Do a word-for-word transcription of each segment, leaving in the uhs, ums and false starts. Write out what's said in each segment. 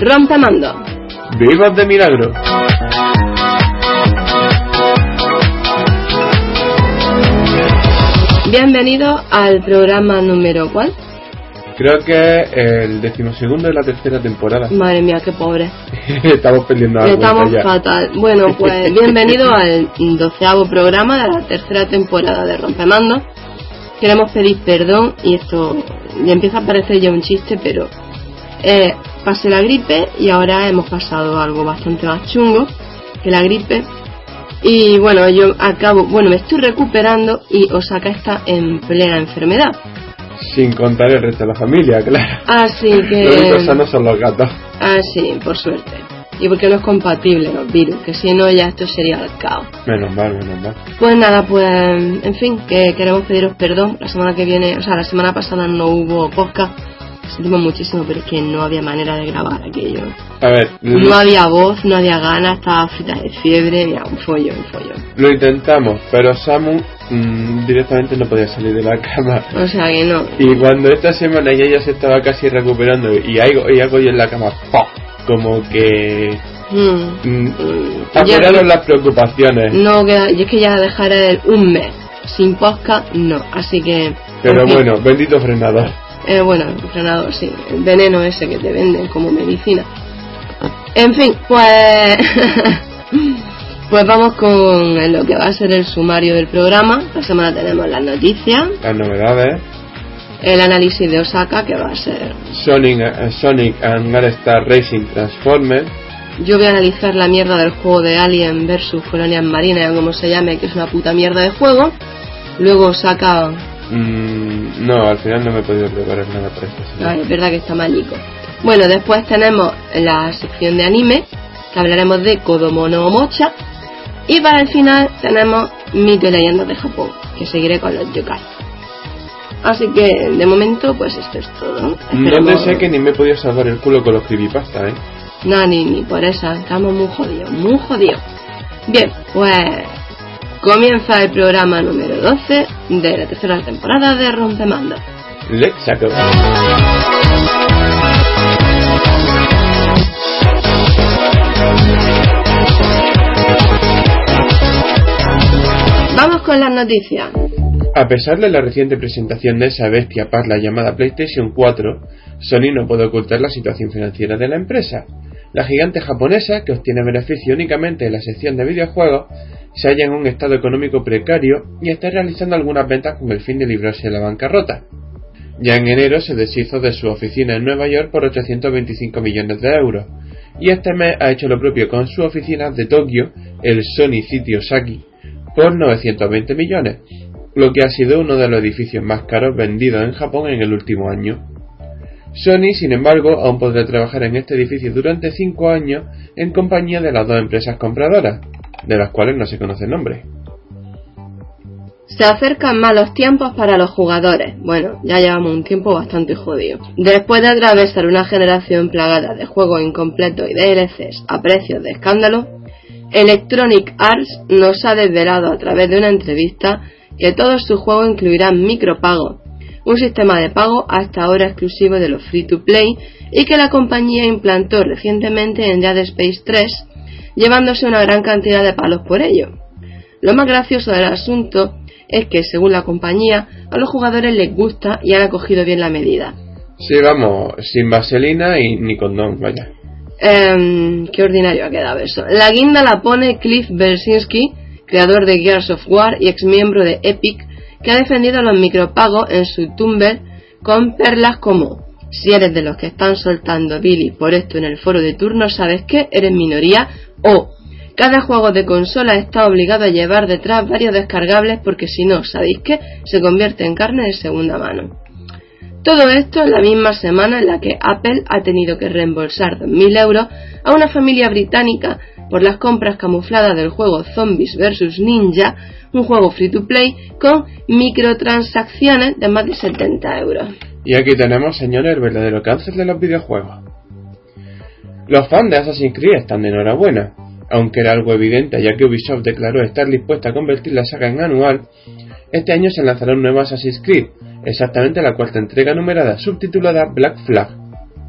Rompemando. ¡Vivas de milagro! Bienvenido al programa número ¿cuál? Creo que es el decimosegundo de la tercera temporada. Madre mía, qué pobre. Estamos perdiendo la cuenta Estamos ya. fatal. Bueno, pues bienvenido al doceavo programa de la tercera temporada de Rompemando. Queremos pedir perdón, y esto ya empieza a parecer ya un chiste, pero eh, pasé la gripe y ahora hemos pasado algo bastante más chungo que la gripe. Y bueno, yo acabo, bueno, me estoy recuperando y Osaka está en plena enfermedad. Sin contar el resto de la familia, claro. Así que... Los únicos sanos son los gatos. Ah, sí, por suerte. Y porque no es compatible los virus, que si no ya esto sería el caos. Menos mal, menos mal. Pues nada, pues en fin, que queremos pediros perdón. La semana que viene, o sea, la semana pasada no hubo podcast. Sentimos muchísimo, pero es que no había manera de grabar aquello. A ver, no lo... había voz, no había ganas, estaba frita de fiebre, ya, un follón, un follón. Lo intentamos, pero Samu mmm, directamente no podía salir de la cama. O sea que no. Y cuando esta semana ya, ya se estaba casi recuperando y hago, y hago yo en la cama, ¡pum! Como que mm. mmm, ya, apuraron las preocupaciones. No, que, y es que ya dejar el un mes sin podcast, no, así que... Pero bueno, bendito frenador. Eh, bueno, el frenador, sí, el veneno ese que te venden como medicina. En fin, pues pues vamos con lo que va a ser el sumario del programa. La semana tenemos las noticias, las novedades, el análisis de Osaka, que va a ser Sonic, uh, Sonic and All-Star Racing Transformers. Yo voy a analizar la mierda del juego de Alien versus Colonias Marinas, o como se llame, que es una puta mierda de juego. Luego Osaka... Mm, no, al final no me he podido preparar nada para esto. ¿Sí? Ay, es verdad que está malico. Bueno, después tenemos la sección de anime, que hablaremos de Kodomo no Mocha. Y para el final tenemos mito y leyendas de Japón, que seguiré con los yokai. Así que, de momento, pues esto es todo. Esperemos... No te sé que ni me he podido salvar el culo con los creepypasta, ¿eh? No, ni, ni por esa, estamos muy jodidos, muy jodidos. Bien, pues... comienza el programa número doce de la tercera temporada de Rompemando. Let's go. Vamos con las noticias. A pesar de la reciente presentación de esa bestia parla llamada PlayStation cuatro, Sony no puede ocultar la situación financiera de la empresa. La gigante japonesa, que obtiene beneficio únicamente en la sección de videojuegos, se halla en un estado económico precario y está realizando algunas ventas con el fin de librarse de la bancarrota. Ya en enero se deshizo de su oficina en Nueva York por ochocientos veinticinco millones de euros, y este mes ha hecho lo propio con su oficina de Tokio, el Sony City Osaki, por novecientos veinte millones, lo que ha sido uno de los edificios más caros vendidos en Japón en el último año. Sony, sin embargo, aún podrá trabajar en este edificio durante cinco años en compañía de las dos empresas compradoras, de las cuales no se conoce el nombre. Se acercan malos tiempos para los jugadores. Bueno, ya llevamos un tiempo bastante jodido. Después de atravesar una generación plagada de juegos incompletos y D L Cs a precios de escándalo, Electronic Arts nos ha desvelado a través de una entrevista que todos sus juegos incluirán micropagos, un sistema de pago hasta ahora exclusivo de los free to play y que la compañía implantó recientemente en Dead Space tres, llevándose una gran cantidad de palos por ello. Lo más gracioso del asunto es que, según la compañía, a los jugadores les gusta y han acogido bien la medida. Sí, vamos, sin vaselina y ni condón, vaya. Eh, qué ordinario ha quedado eso. La guinda la pone Cliff Bleszinski, creador de Gears of War y ex miembro de Epic, que ha defendido los micropagos en su Tumblr con perlas como: si eres de los que están soltando Billy por esto en el foro de turno, ¿sabes qué? Eres minoría. O cada juego de consola está obligado a llevar detrás varios descargables porque si no, ¿sabéis qué? Se convierte en carne de segunda mano. Todo esto en la misma semana en la que Apple ha tenido que reembolsar dos mil euros a una familia británica por las compras camufladas del juego Zombies versus. Ninja, un juego free to play con microtransacciones de más de setenta euros. Y aquí tenemos, señores, el verdadero cáncer de los videojuegos. Los fans de Assassin's Creed están de enhorabuena, aunque era algo evidente ya que Ubisoft declaró estar dispuesta a convertir la saga en anual. Este año se lanzará un nuevo Assassin's Creed, exactamente la cuarta entrega numerada, subtitulada Black Flag.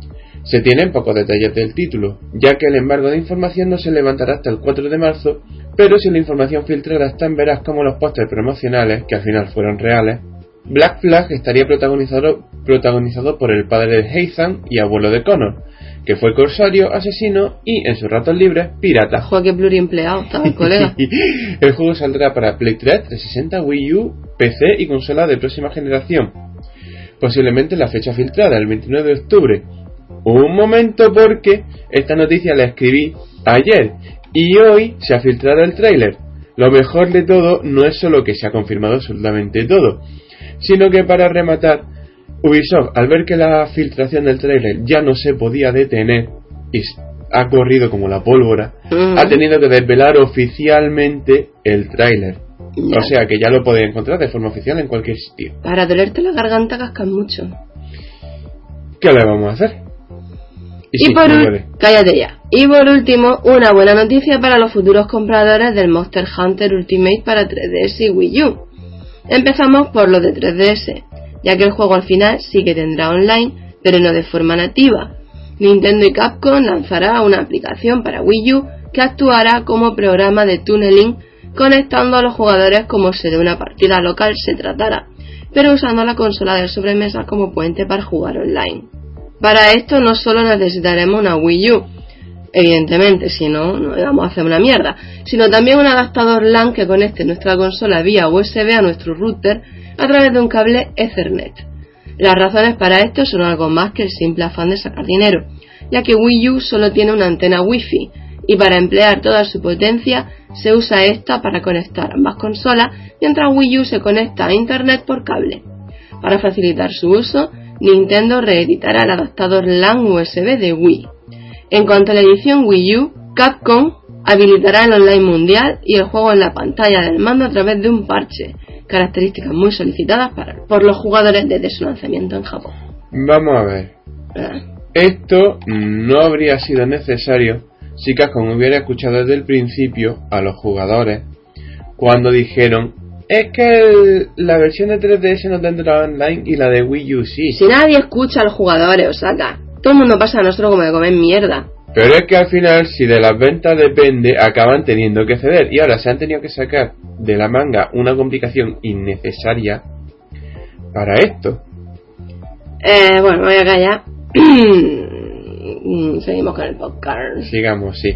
Se tienen pocos detalles del título, ya que el embargo de información no se levantará hasta el cuatro de marzo, pero si la información filtrada es tan veraz como los pósters promocionales, que al final fueron reales, Black Flag estaría protagonizado, protagonizado por el padre de Ethan y abuelo de Connor, que fue corsario, asesino y, en sus ratos libres, pirata. Joder, qué pluriempleado estaba el colega. El juego saldrá para Play tres, trescientos sesenta, Wii U, P C y consolas de próxima generación. Posiblemente la fecha filtrada, el veintinueve de octubre. Un momento, porque esta noticia la escribí ayer y hoy se ha filtrado el tráiler. Lo mejor de todo no es solo que se ha confirmado absolutamente todo, sino que, para rematar, Ubisoft, al ver que la filtración del tráiler ya no se podía detener y ha corrido como la pólvora, mm. ha tenido que desvelar oficialmente el tráiler. No. O sea que ya lo podéis encontrar de forma oficial en cualquier sitio. Para dolerte la garganta cascas mucho. ¿Qué le vamos a hacer? Y, y por ul- cállate ya. Y por último, una buena noticia para los futuros compradores del Monster Hunter Ultimate para tres D S y Wii U. Empezamos por los de tres D S, ya que el juego al final sí que tendrá online, pero no de forma nativa. Nintendo y Capcom lanzará una aplicación para Wii U que actuará como programa de tunneling, conectando a los jugadores como si de una partida local se tratara, pero usando la consola de sobremesa como puente para jugar online. Para esto no solo necesitaremos una Wii U, evidentemente, si no, no vamos a hacer una mierda, sino también un adaptador LAN que conecte nuestra consola vía U S B a nuestro router a través de un cable Ethernet. Las razones para esto son algo más que el simple afán de sacar dinero, ya que Wii U solo tiene una antena Wi-Fi, y para emplear toda su potencia se usa esta para conectar ambas consolas, mientras Wii U se conecta a Internet por cable. Para facilitar su uso, Nintendo reeditará el adaptador LAN U S B de Wii. En cuanto a la edición Wii U, Capcom habilitará el online mundial y el juego en la pantalla del mando a través de un parche, características muy solicitadas para, por los jugadores desde su lanzamiento en Japón. Vamos a ver. ¿Eh? Esto no habría sido necesario si Capcom hubiera escuchado desde el principio a los jugadores cuando dijeron: es que el, la versión de tres D S no tendrá online y la de Wii U sí. Si nadie escucha a los jugadores, Osaka, todo el mundo pasa a nosotros como de comer mierda. Pero es que al final, si de las ventas depende, acaban teniendo que ceder. Y ahora se han tenido que sacar de la manga una complicación innecesaria para esto. Eh, bueno, voy a callar. Seguimos con el podcast. Sigamos, sí.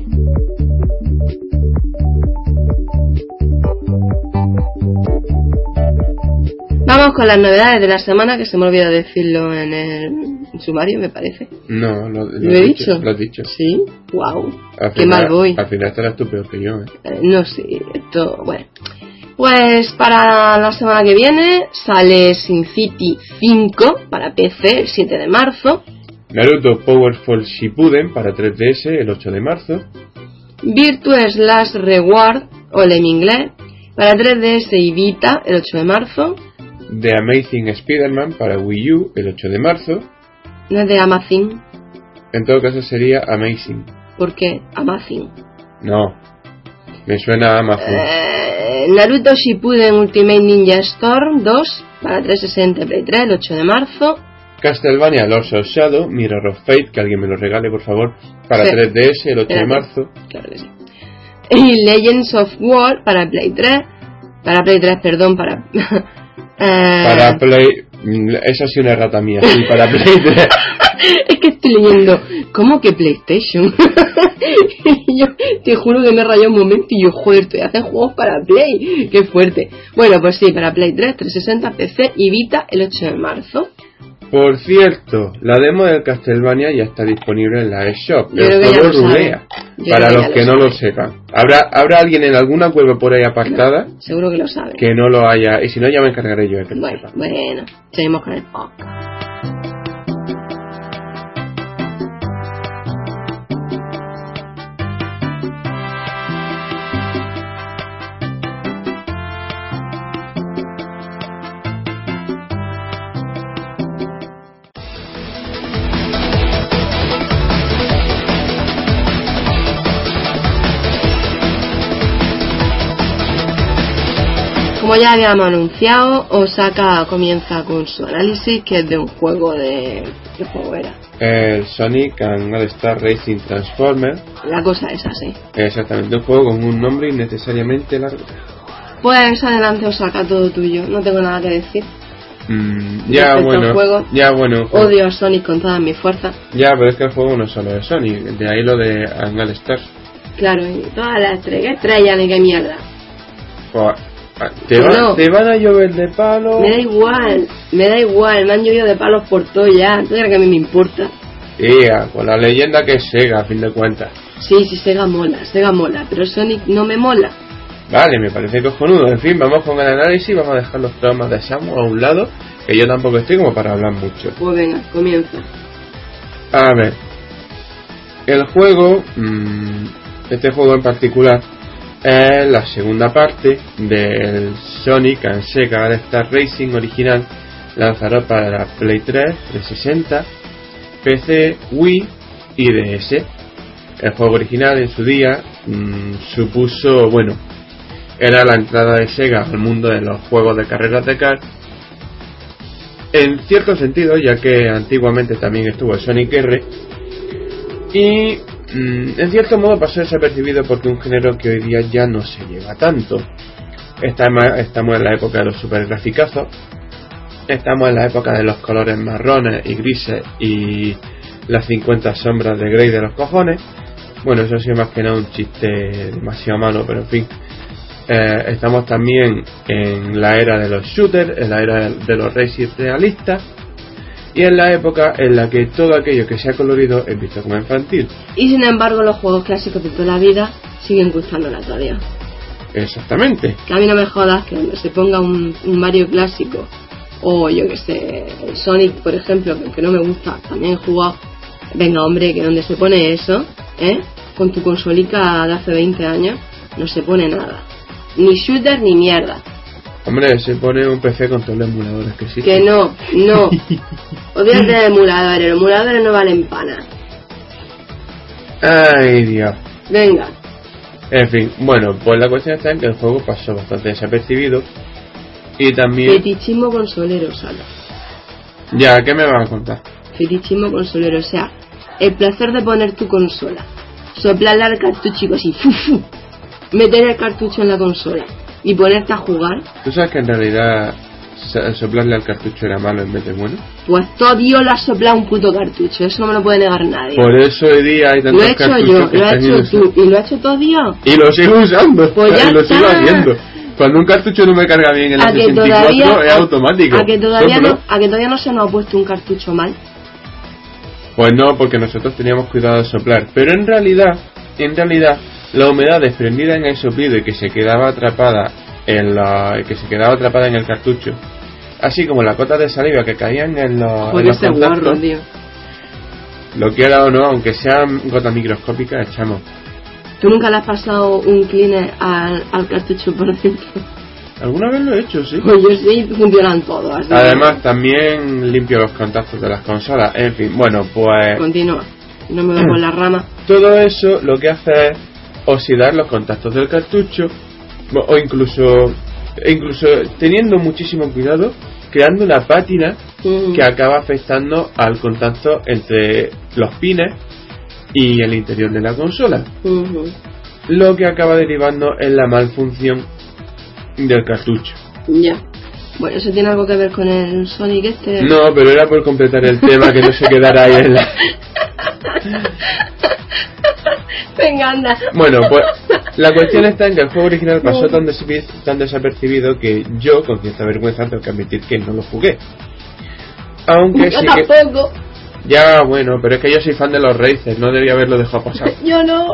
Vamos con las novedades de la semana, que se me ha olvidado decirlo en el sumario, me parece. No, lo, lo, ¿Lo he dicho? dicho. Lo has dicho. Sí, wow. Al Qué final, mal voy. Al final estarás tú peor que yo, ¿eh? Eh, no sé, esto, bueno. Pues para la semana que viene sale Sin City cinco para P C el siete de marzo. Naruto Powerful Shippuden para tres D S el ocho de marzo. Virtue Slash Reward, o en inglés, para tres D S y Vita el ocho de marzo. The Amazing Spider-Man para Wii U el ocho de marzo. No es de Amazing. En todo caso sería Amazing. ¿Por qué? Amazing. No, me suena a Amazon. Eh, Naruto Shippuden Ultimate Ninja Storm dos para trescientos sesenta y Play tres el ocho de marzo. Castlevania Lords of Shadow Mirror of Fate, que alguien me lo regale por favor, para sí. tres D S el ocho Espérate. de marzo. Claro que sí. Y Legends of War para Play tres, para Play tres, perdón, para eh... para Play, eso ha sido una errata mía, sí, para Play tres. Es que estoy leyendo, ¿cómo que PlayStation? Yo te juro que me rayó un momento y yo, joder, te hacen juegos para Play, qué fuerte. Bueno, pues sí, para Play tres, trescientos sesenta, P C y Vita el ocho de marzo. Por cierto, la demo del Castlevania ya está disponible en la eShop. Yo el juego rulea, para los que, que no lo lo sepan. ¿Habrá, ¿Habrá alguien en alguna cueva por ahí apartada? No, seguro que lo sabe. Que no lo haya, y si no ya me encargaré yo de que lo bueno, sepa. Bueno, seguimos con el podcast. Como Como ya habíamos anunciado, Osaka comienza con su análisis, que es de un juego de... ¿Qué juego era? El Sonic and All Star Racing Transformer. La cosa es así. Exactamente, un juego con un nombre innecesariamente largo. Pues adelante, Osaka, todo tuyo. No tengo nada que decir. Mm, ya bueno, juego, ya bueno. Odio a Sonic con todas mis fuerzas. Ya, pero es que el juego no es solo de Sonic, de ahí lo de and All Stars. Claro, y todas las estrellas, estrellas, ni qué mierda. Pues, ¿Te, va, no. ¿Te van a llover de palos? Me da igual, me da igual, me han llovido de palos por todo ya. ¿Tú crees que a mí me importa? Tía, con la leyenda que es Sega, a fin de cuentas. Sí, sí, Sega mola, Sega mola, pero Sonic no me mola. Vale, me parece cojonudo. En fin, vamos con el análisis, vamos a dejar los traumas de Samu a un lado, que yo tampoco estoy como para hablar mucho. Pues venga, comienza. A ver, el juego, mmm, este juego en particular, es la segunda parte del Sonic and Sega All Star Racing original, lanzado para la Play tres, trescientos sesenta, P C, Wii y D S. El juego original en su día mmm, supuso, bueno, era la entrada de Sega al mundo de los juegos de carreras de kart, en cierto sentido, ya que antiguamente también estuvo el Sonic R, y en cierto modo pasó desapercibido porque es un género que hoy día ya no se lleva tanto. Estamos en la época de los super graficazos, estamos en la época de los colores marrones y grises y las cincuenta sombras de Grey de los cojones. Bueno, eso sí, más que nada un chiste demasiado malo, pero en fin. Eh, estamos también en la era de los shooters, en la era de los racing realistas, y en la época en la que todo aquello que sea colorido es visto como infantil. Y sin embargo los juegos clásicos de toda la vida siguen gustándola todavía. Exactamente. Que a mí no me jodas que donde se ponga un, un Mario clásico, o yo que sé, el Sonic por ejemplo, que aunque no me gusta, también he jugado. Venga hombre, que donde se pone eso, ¿eh? Con tu consolica de hace veinte años, no se pone nada. Ni shooter ni mierda. Hombre, se pone un P C con todos los emuladores que existen. Que no, no. Odias de emuladores, los emuladores no valen pana. Ay, Dios. Venga. En fin, bueno, pues la cuestión está en que el juego pasó bastante desapercibido. Y también... Fetichismo consolero, Sala. Ya, ¿qué me vas a contar? Fetichismo consolero, o sea, el placer de poner tu consola, soplarle al cartucho así, fu, fu, meter el cartucho en la consola y ponerte a jugar. ¿Tú sabes que en realidad soplarle al cartucho era malo en vez de bueno? Pues todo Dios le ha soplado un puto cartucho, eso no me lo puede negar nadie. Por eso hoy día hay tantos cartuchos. Lo he hecho yo, lo he hecho tú, y lo ha hecho todo Dios. Y lo sigo usando, pues ya y lo está. sigo haciendo. Cuando un cartucho no me carga bien en la sesenta y cuatro todavía, es automático. ¿A que, todavía no, ¿A que todavía no se nos ha puesto un cartucho mal? Pues no, porque nosotros teníamos cuidado de soplar. Pero en realidad, en realidad, la humedad desprendida en el soplido y que se quedaba atrapada en la, que se quedaba atrapada en el cartucho, así como las gotas de saliva que caían en los, en los contactos, guarro, tío. Lo quiera o no, aunque sean gotas microscópicas, echamos. ¿Tú nunca le has pasado un cleaner al, al cartucho por dentro? Alguna vez lo he hecho, sí. Pues yo sí, funcionan todos. Además, también limpio los contactos de las consolas. En fin, bueno, pues... Continúa, no me voy por la rama. Todo eso lo que hace es oxidar los contactos del cartucho, o incluso, incluso teniendo muchísimo cuidado, creando una pátina mm. que acaba afectando al contacto entre los pines y el interior de la consola, uh-huh. lo que acaba derivando en la malfunción del cartucho. Ya. Bueno, ¿eso tiene algo que ver con el Sonic este? No, pero era por completar el tema, que no se quedara ahí en la... Venga, anda. Bueno, pues la cuestión está en que el juego original pasó tan, des- tan desapercibido que yo, con cierta vergüenza, tengo que admitir que no lo jugué. Aunque yo sí tampoco. Que... Ya, bueno, pero es que yo soy fan de los Racers, no debía haberlo dejado pasar. Yo no.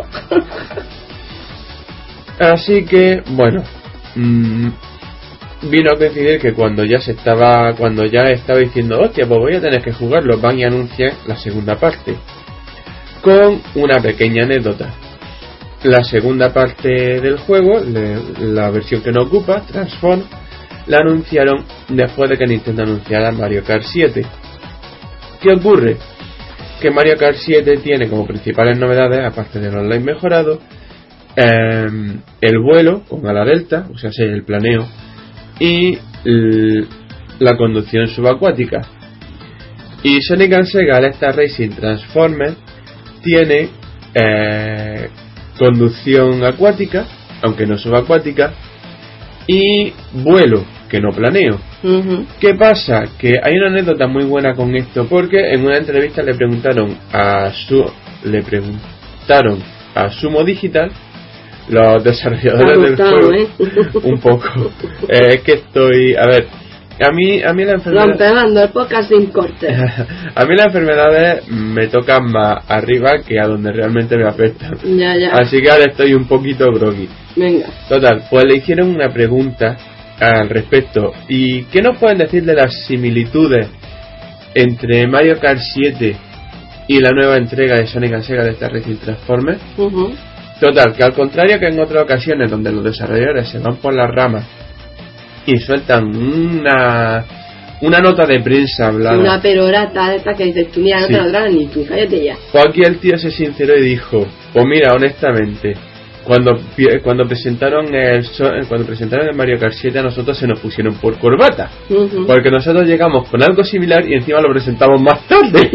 Así que, bueno, mmm, vino a coincidir que cuando ya se estaba, cuando ya estaba diciendo, hostia, pues voy a tener que jugarlo, van y anuncian la segunda parte, con una pequeña anécdota. La segunda parte del juego, le, la versión que no ocupa, Transform, la anunciaron después de que Nintendo anunciara Mario Kart siete. ¿Qué ocurre? Que Mario Kart siete tiene como principales novedades, aparte del online mejorado, eh, el vuelo con ala delta, o sea, el planeo, y l- la conducción subacuática. Y Sonic and Sega All-Star Racing Transformers tiene eh, conducción acuática, aunque no subacuática, y vuelo, que no planeo. Uh-huh. ¿Qué pasa? Que hay una anécdota muy buena con esto, porque en una entrevista le preguntaron a su le preguntaron a Sumo Digital, los desarrolladores del juego, ¿eh? un poco. Eh, es que estoy, a ver, a mí a mí la enfermedad Rompegando el podcast sin corte. a mí las enfermedades me tocan más arriba que a donde realmente me afectan. Ya, ya. Así que ahora estoy un poquito groggy. Venga. Total, pues le hicieron una pregunta al respecto. ¿Y qué nos pueden decir de las similitudes entre Mario Kart siete y la nueva entrega de Sonic and Sega de Star Racing Transformers? Uh-huh. Total, que al contrario que en otras ocasiones donde los desarrolladores se van por las ramas y sueltan una una nota de prensa hablada, Una perorata de esta que dices tú, mira, no Sí. te lo tragas ni tú, cállate ya. pues aquí el tío se sinceró y dijo, pues mira, honestamente, cuando pi- cuando presentaron el so- cuando presentaron el Mario Kart siete a nosotros se nos pusieron por corbata, Uh-huh. porque nosotros llegamos con algo similar y encima lo presentamos más tarde.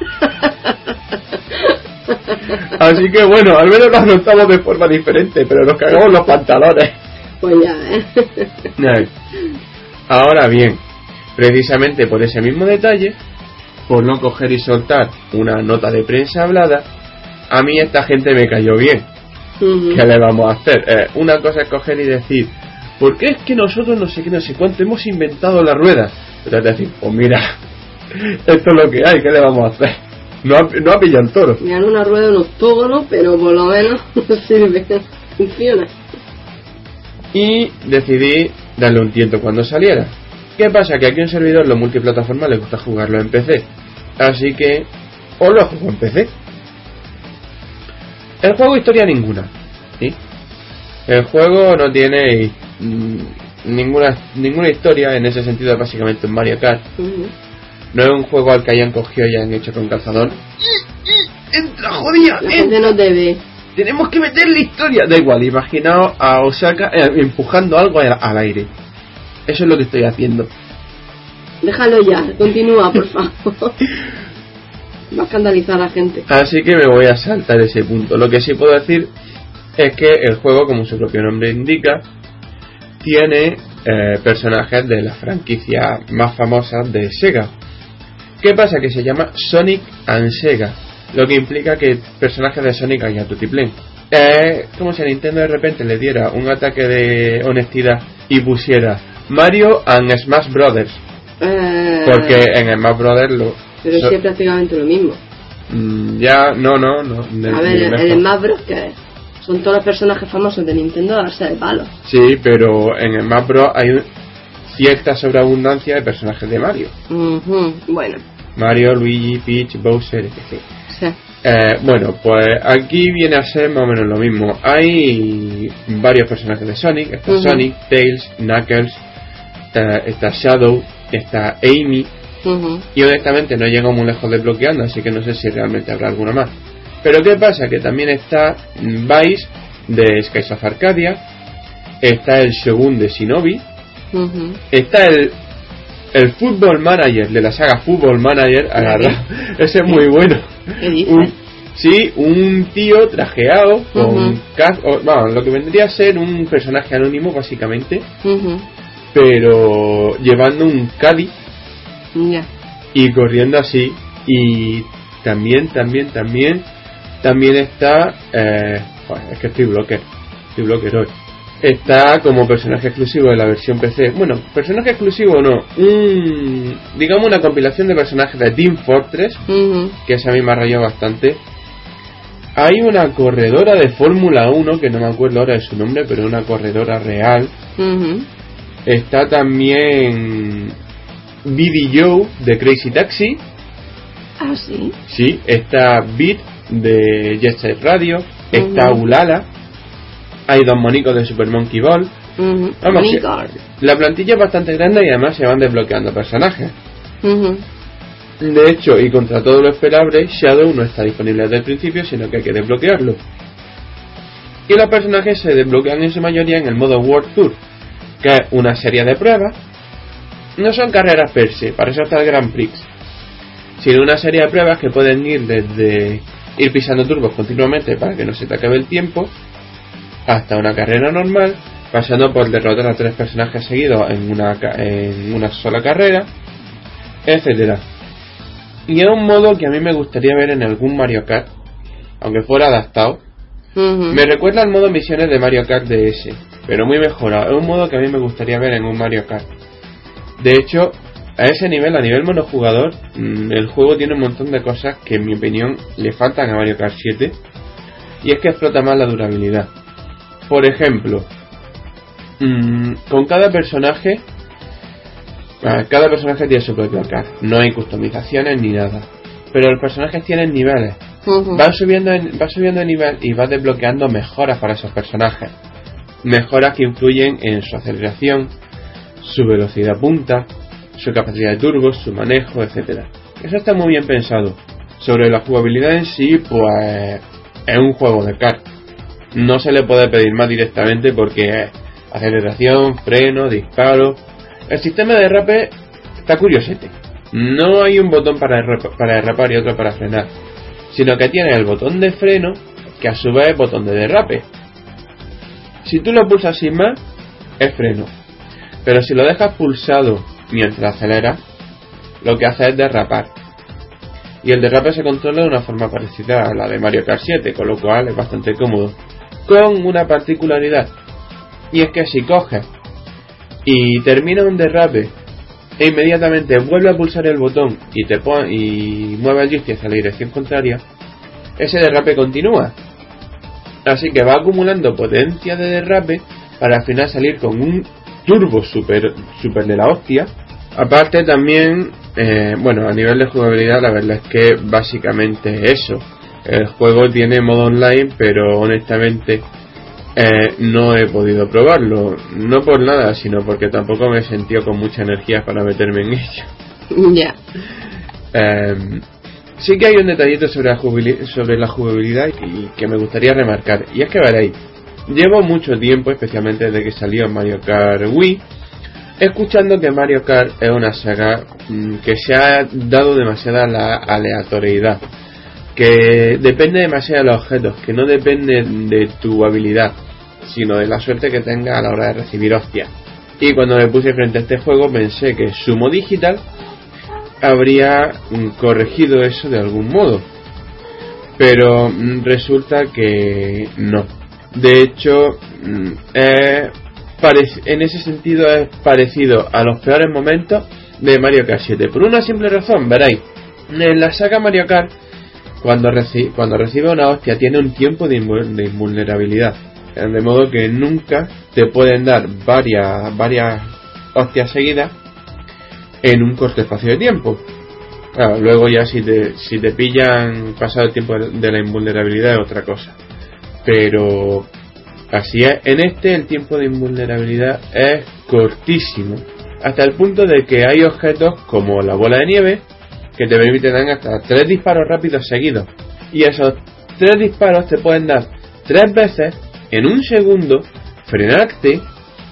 Así que bueno, al menos lo afrontamos de forma diferente, pero nos cagamos los pantalones. Pues ya, ¿eh? Ay. Ahora bien, precisamente por ese mismo detalle, por no coger y soltar una nota de prensa hablada, a mí esta gente me cayó bien. Uh-huh. ¿Qué le vamos a hacer? Eh, una cosa es coger y decir, ¿por qué es que nosotros no sé qué, no sé cuánto hemos inventado la rueda? Otra es decir, pues mira, esto es lo que hay, ¿qué le vamos a hacer? No ha, no ha pillado el toro. Me dan una rueda de un octógono, pero por lo menos sirve, funciona. Y decidí darle un tiento cuando saliera. ¿Qué pasa? Que aquí un servidor, lo multiplataforma, le gusta jugarlo en P C. Así que os lo juego en P C. El juego historia ninguna, ¿sí? El juego no tiene mm, ninguna ninguna historia, en ese sentido es básicamente un Mario Kart. Uh-huh. No es un juego al que hayan cogido y hayan hecho con calzador. ¡Entra, jodida! La gente no te ve. Tenemos que meterle historia. Da igual, imaginaos a Osaka eh, empujando algo al, al aire. Eso es lo que estoy haciendo. Déjalo ya, continúa, por favor. Va a escandalizar a la gente. Así que me voy a saltar ese punto. Lo que sí puedo decir es que el juego, como su propio nombre indica, tiene eh, personajes de las franquicias más famosas de Sega. ¿Qué pasa? Que se llama Sonic and Sega, lo que implica que personajes de Sonic hay a tutiplén. Es como si a Nintendo de repente le diera un ataque de honestidad y pusiera Mario and Smash Brothers, Eh... porque en Smash Brothers lo Pero so- sí es prácticamente lo mismo. mm, ya no no no ne- A ni ver, el, mejor. el Smash Bros. ¿Qué es? Son todos los personajes famosos de Nintendo a darse de palo. Sí, pero en Smash Bros hay un- cierta sobreabundancia de personajes de Mario. Uh-huh. Bueno, Mario, Luigi, Peach, Bowser, etcétera. sí. Eh, bueno, pues aquí viene a ser más o menos lo mismo. Hay varios personajes de Sonic. Está Ujú. Sonic, Tails, Knuckles, está, está Shadow, está Amy. Uh-huh. Y honestamente no llego muy lejos desbloqueando, así que no sé si realmente habrá alguno más. Pero ¿qué pasa? Que también está Vice de Skies of Arcadia, está el Shogun de Shinobi, Uh-huh. está el el Football Manager de la saga Football Manager, agarrado. Ese es muy bueno. ¿Qué dices? Un, sí, un tío trajeado con Ujú. casco, vamos, lo que vendría a ser un personaje anónimo básicamente, Uh-huh. pero llevando un Caddy Ya. y corriendo así. Y también, también, también, también está, eh, joder, es que estoy bloqueado, estoy bloqueado hoy. Está como personaje exclusivo de la versión P C. Bueno, personaje exclusivo o no, un, digamos una compilación de personajes de Team Fortress, Uh-huh. que esa a mí me ha rayado bastante. Hay una corredora de Fórmula uno, que no me acuerdo ahora de su nombre, pero una corredora real. Uh-huh. Está también B D Joe de Crazy Taxi. Ah, sí. Sí, está Beat de Jet Set Radio. Está Ujú. Ulala. Hay dos monicos de Super Monkey Ball. Uh-huh. Vamos, que Unicorn. la plantilla es bastante grande y además se van desbloqueando personajes. Uh-huh. De hecho, y contra todo lo esperable, Shadow no está disponible desde el principio, sino que hay que desbloquearlo. Y los personajes se desbloquean en su mayoría en el modo World Tour, que es una serie de pruebas. No son carreras per se, para eso está el Grand Prix, sino una serie de pruebas que pueden ir desde ir pisando turbos continuamente para que no se te acabe el tiempo, hasta una carrera normal, pasando por derrotar a tres personajes seguidos en una, en una sola carrera, etcétera. Y es un modo que a mí me gustaría ver en algún Mario Kart, aunque fuera adaptado. Uh-huh. Me recuerda al modo misiones de Mario Kart D S, pero muy mejorado. Es un modo que a mí me gustaría ver en un Mario Kart. De hecho, a ese nivel, a nivel monojugador, el juego tiene un montón de cosas que en mi opinión le faltan a Mario Kart siete, y es que explota más la durabilidad. Por ejemplo, mmm, con cada personaje cada personaje tiene su propio kart, no hay customizaciones ni nada, pero los personajes tienen niveles. Uh-huh. Van subiendo en, va subiendo de nivel y vas desbloqueando mejoras para esos personajes, mejoras que influyen en su aceleración, su velocidad punta, su capacidad de turbos, su manejo, etcétera. Eso está muy bien pensado. Sobre la jugabilidad en sí, pues es un juego de kart. No se le puede pedir más directamente porque es aceleración, freno, disparo. El sistema de derrape está curiosete. No hay un botón para, derrap- para derrapar y otro para frenar, sino que tiene el botón de freno, que a su vez es botón de derrape. Si tú lo pulsas sin más, es freno. Pero si lo dejas pulsado mientras aceleras, lo que hace es derrapar. Y el derrape se controla de una forma parecida a la de Mario Kart siete, con lo cual es bastante cómodo. Con una particularidad, y es que si coges y termina un derrape e inmediatamente vuelve a pulsar el botón y te pone y mueve el joystick hacia la dirección contraria, ese derrape continúa. Así que va acumulando potencia de derrape para al final salir con un turbo super, super de la hostia. Aparte también, eh, bueno, a nivel de jugabilidad la verdad es que básicamente eso. El juego tiene modo online, pero honestamente eh, no he podido probarlo. No por nada, sino porque tampoco me he sentido con mucha energía para meterme en ello. Ya. Yeah. Eh, sí que hay un detallito sobre la, jugabilidad, sobre la jugabilidad y que me gustaría remarcar. Y es que veréis, llevo mucho tiempo, especialmente desde que salió Mario Kart Wii, escuchando que Mario Kart es una saga mmm, que se ha dado demasiada la aleatoriedad, que depende demasiado de los objetos, que no depende de tu habilidad, sino de la suerte que tengas a la hora de recibir hostias. Y cuando me puse frente a este juego pensé que Sumo Digital habría corregido eso de algún modo, pero mmm, resulta que no. De hecho, mmm, es parec- en ese sentido es parecido a los peores momentos de Mario Kart siete, por una simple razón. Veréis, en la saga Mario Kart, Cuando, reci- cuando recibe una hostia tiene un tiempo de, invu- de invulnerabilidad, de modo que nunca te pueden dar varias varias hostias seguidas en un corto espacio de tiempo. Claro, luego ya si te, si te pillan pasado el tiempo de la invulnerabilidad es otra cosa, pero así es. En este el tiempo de invulnerabilidad es cortísimo, hasta el punto de que hay objetos como la bola de nieve que te permiten dar hasta tres disparos rápidos seguidos, y esos tres disparos te pueden dar tres veces en un segundo, frenarte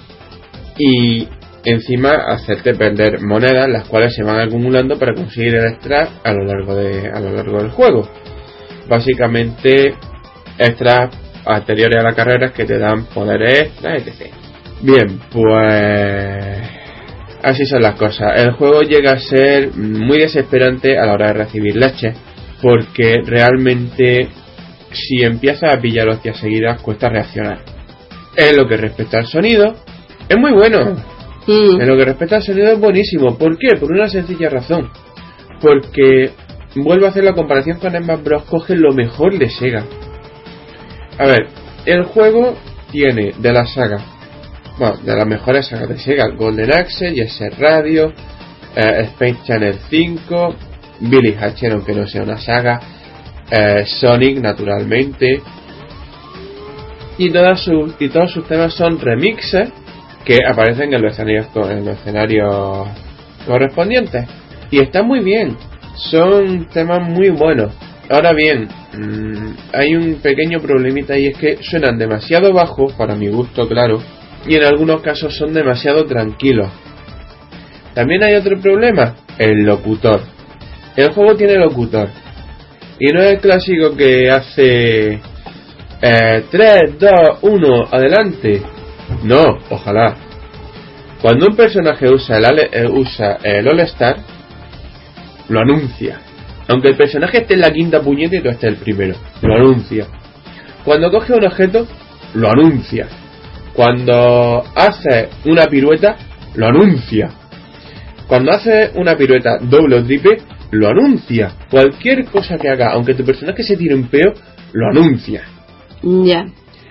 y encima hacerte perder monedas, las cuales se van acumulando para conseguir el extra a lo largo de a lo largo del juego. Básicamente extras anteriores a la carrera que te dan poderes extra, etcétera. Bien, pues así son las cosas. El juego llega a ser muy desesperante a la hora de recibir leche, porque realmente si empiezas a pillar hostias seguidas cuesta reaccionar. En lo que respecta al sonido, es muy bueno. Mm. En lo que respecta al sonido es buenísimo. ¿Por qué? Por una sencilla razón. Porque vuelvo a hacer la comparación con Smash Bros. Coge lo mejor de Sega. A ver, el juego tiene de la saga, bueno, de las mejores sagas de Sega, Golden Axe, Jet Set Radio, eh, Space Channel cinco, Billy Hatcher, aunque no sea una saga, eh, Sonic, naturalmente, y, todas sus, y todos sus temas son remixes que aparecen en los escenarios, en los escenarios correspondientes, y están muy bien, son temas muy buenos. Ahora bien, mmm, hay un pequeño problemita, y es que suenan demasiado bajos para mi gusto, claro, y en algunos casos son demasiado tranquilos. También hay otro problema, el locutor. El juego tiene locutor y no es el clásico que hace eh, tres, dos, uno, adelante. No, ojalá. Cuando un personaje usa el, ale, eh, usa el All Star, lo anuncia. Aunque el personaje esté en la quinta puñeta y tú estés el primero, lo anuncia. Cuando coge un objeto, lo anuncia. Cuando hace una pirueta, lo anuncia. Cuando hace una pirueta doble o triple, lo anuncia. Cualquier cosa que haga, aunque tu personaje se tire un peo, lo anuncia. Ya. Yeah.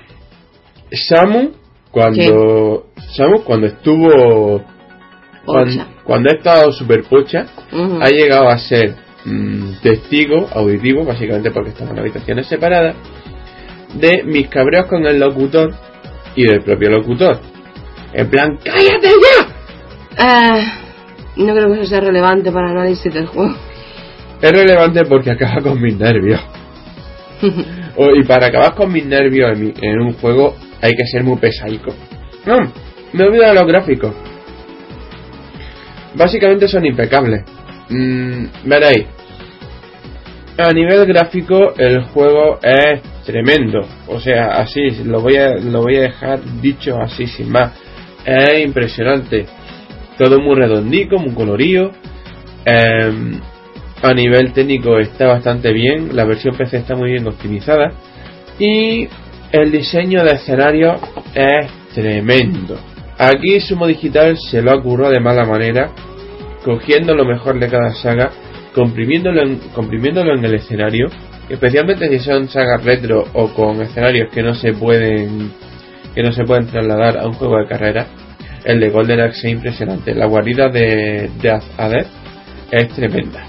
Samu, cuando ¿Qué? Samu cuando estuvo cuando, cuando ha estado super pocha, uh-huh. ha llegado a ser mmm, testigo auditivo, básicamente porque estaban en habitaciones separadas, de mis cabreos con el locutor y del propio locutor. En plan, ¡cállate ya! Uh, no creo que eso sea relevante para el análisis del juego. Es relevante porque acaba con mis nervios. o, y para acabar con mis nervios en, mi, en un juego hay que ser muy pesaico. No, me he olvidado de los gráficos. Básicamente son impecables. Mm, veréis. A nivel gráfico el juego es tremendo. O sea, así lo voy a lo voy a dejar dicho así sin más. Es impresionante. Todo muy redondico, muy colorido. Eh, a nivel técnico está bastante bien. La versión P C está muy bien optimizada. Y el diseño de escenario es tremendo. Aquí Sumo Digital se lo ha currado de mala manera, cogiendo lo mejor de cada saga, comprimiéndolo en, comprimiéndolo en el escenario, especialmente si son sagas retro o con escenarios que no se pueden que no se pueden trasladar a un juego de carrera. El de Golden Axe es impresionante. La guarida de Death Adder es tremenda.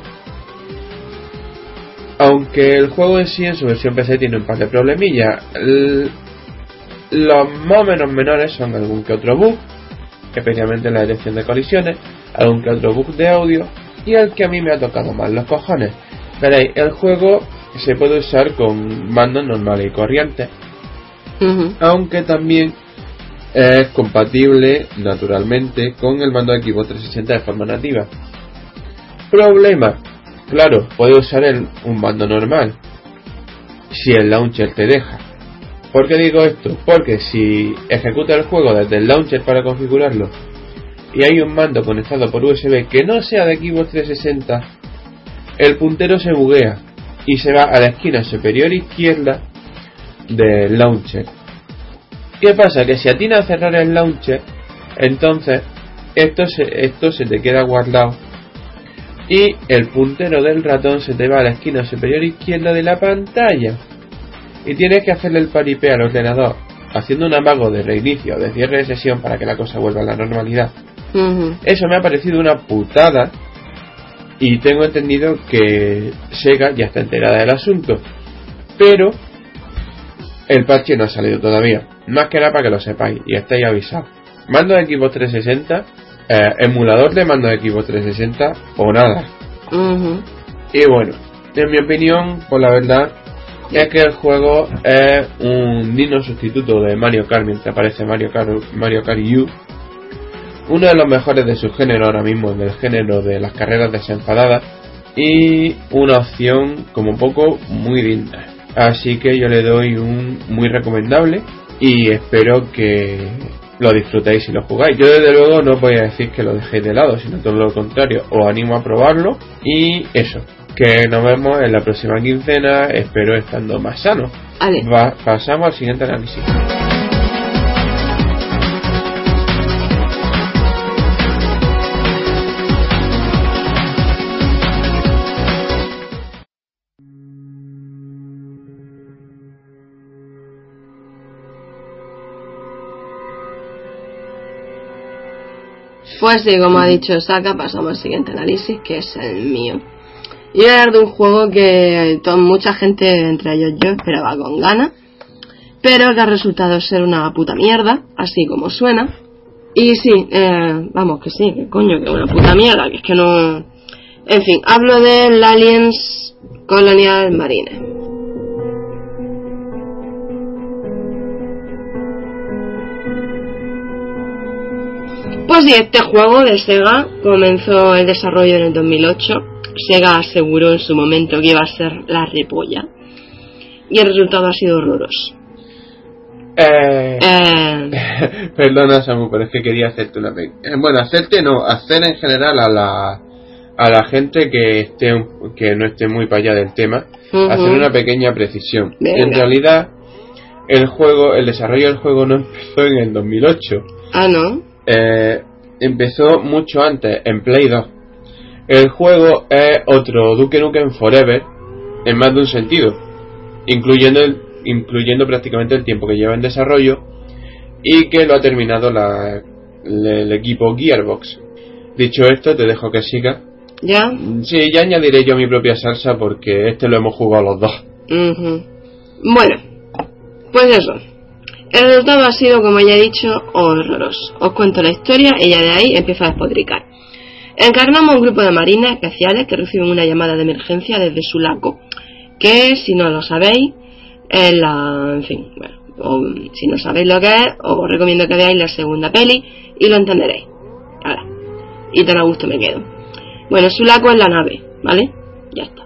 Aunque el juego en sí en su versión P C tiene un par de problemillas, el, los más o menos menores son algún que otro bug, especialmente en la detección de colisiones, algún que otro bug de audio, y el que a mí me ha tocado más los cojones. Veréis, el juego se puede usar con mandos normales y corrientes, uh-huh. aunque también es compatible naturalmente con el mando de Xbox trescientos sesenta de forma nativa. Problema, claro, puedes usar el, un mando normal si el launcher te deja. ¿Por qué digo esto? Porque si ejecuta el juego desde el launcher para configurarlo y hay un mando conectado por U S B que no sea de Xbox trescientos sesenta, el puntero se buguea y se va a la esquina superior izquierda del launcher. ¿Qué pasa? Que si atinas a cerrar el launcher, entonces esto se, esto se te queda guardado y el puntero del ratón se te va a la esquina superior izquierda de la pantalla y tienes que hacerle el paripé al ordenador haciendo un amago de reinicio o de cierre de sesión para que la cosa vuelva a la normalidad. Uh-huh. Eso me ha parecido una putada y tengo entendido que Sega ya está enterada del asunto, pero el parche no ha salido todavía. Más que nada para que lo sepáis y estéis avisados. Mando de Xbox trescientos sesenta, eh, emulador de mando de Xbox trescientos sesenta o nada. Uh-huh. Y bueno, en mi opinión, por la verdad, es que el juego es un digno sustituto de Mario Kart mientras aparece Mario Kart, Mario Kart U. Uno de los mejores de su género ahora mismo, en el género de las carreras desenfadadas, y una opción como poco muy digna. Así que yo le doy un muy recomendable y espero que lo disfrutéis y lo jugáis. Yo desde luego no voy a decir que lo dejéis de lado, sino todo lo contrario, os animo a probarlo y eso, que nos vemos en la próxima quincena, espero estando más sano. Vale. Va, pasamos al siguiente análisis. Pues sí, como ha dicho Saka, pasamos al siguiente análisis, que es el mío. Y voy a hablar de un juego que toda, mucha gente, entre ellos yo, esperaba con ganas, pero que ha resultado ser una puta mierda, así como suena. Y sí, eh, vamos, que sí, que coño, que es una puta mierda, que es que no... En fin, hablo del Aliens Colonial Marine. Pues sí, este juego de Sega comenzó el desarrollo en el dos mil ocho. Sega aseguró en su momento que iba a ser la repolla. Y el resultado ha sido horroroso. Eh... Eh... Perdona, Samu, pero es que quería hacerte una... Pe... Bueno, hacerte no, hacer en general a la... a la gente que esté que no esté muy para allá del tema, uh-huh. hacer una pequeña precisión. Venga. En realidad, el juego, el desarrollo del juego no empezó en el dos mil ocho. Ah, ¿no? Eh, empezó mucho antes, en Play dos. El juego es otro Duke Nukem Forever, en más de un sentido, incluyendo el, incluyendo prácticamente el tiempo que lleva en desarrollo y que lo ha terminado la, le, el equipo Gearbox. Dicho esto, te dejo que siga. ¿Ya? Sí, ya añadiré yo mi propia salsa porque este lo hemos jugado los dos. Uh-huh. Bueno, pues eso. El resultado ha sido, como ya he dicho, horroroso. Os cuento la historia y ya de ahí empiezo a despotricar. Encarnamos un grupo de marines especiales que reciben una llamada de emergencia desde Sulaco, que si no lo sabéis, es la... en fin, bueno, o, si no sabéis lo que es, os recomiendo que veáis la segunda peli y lo entenderéis. Ahora, y tan a gusto me quedo. Bueno, Sulaco es la nave, ¿vale? Ya está.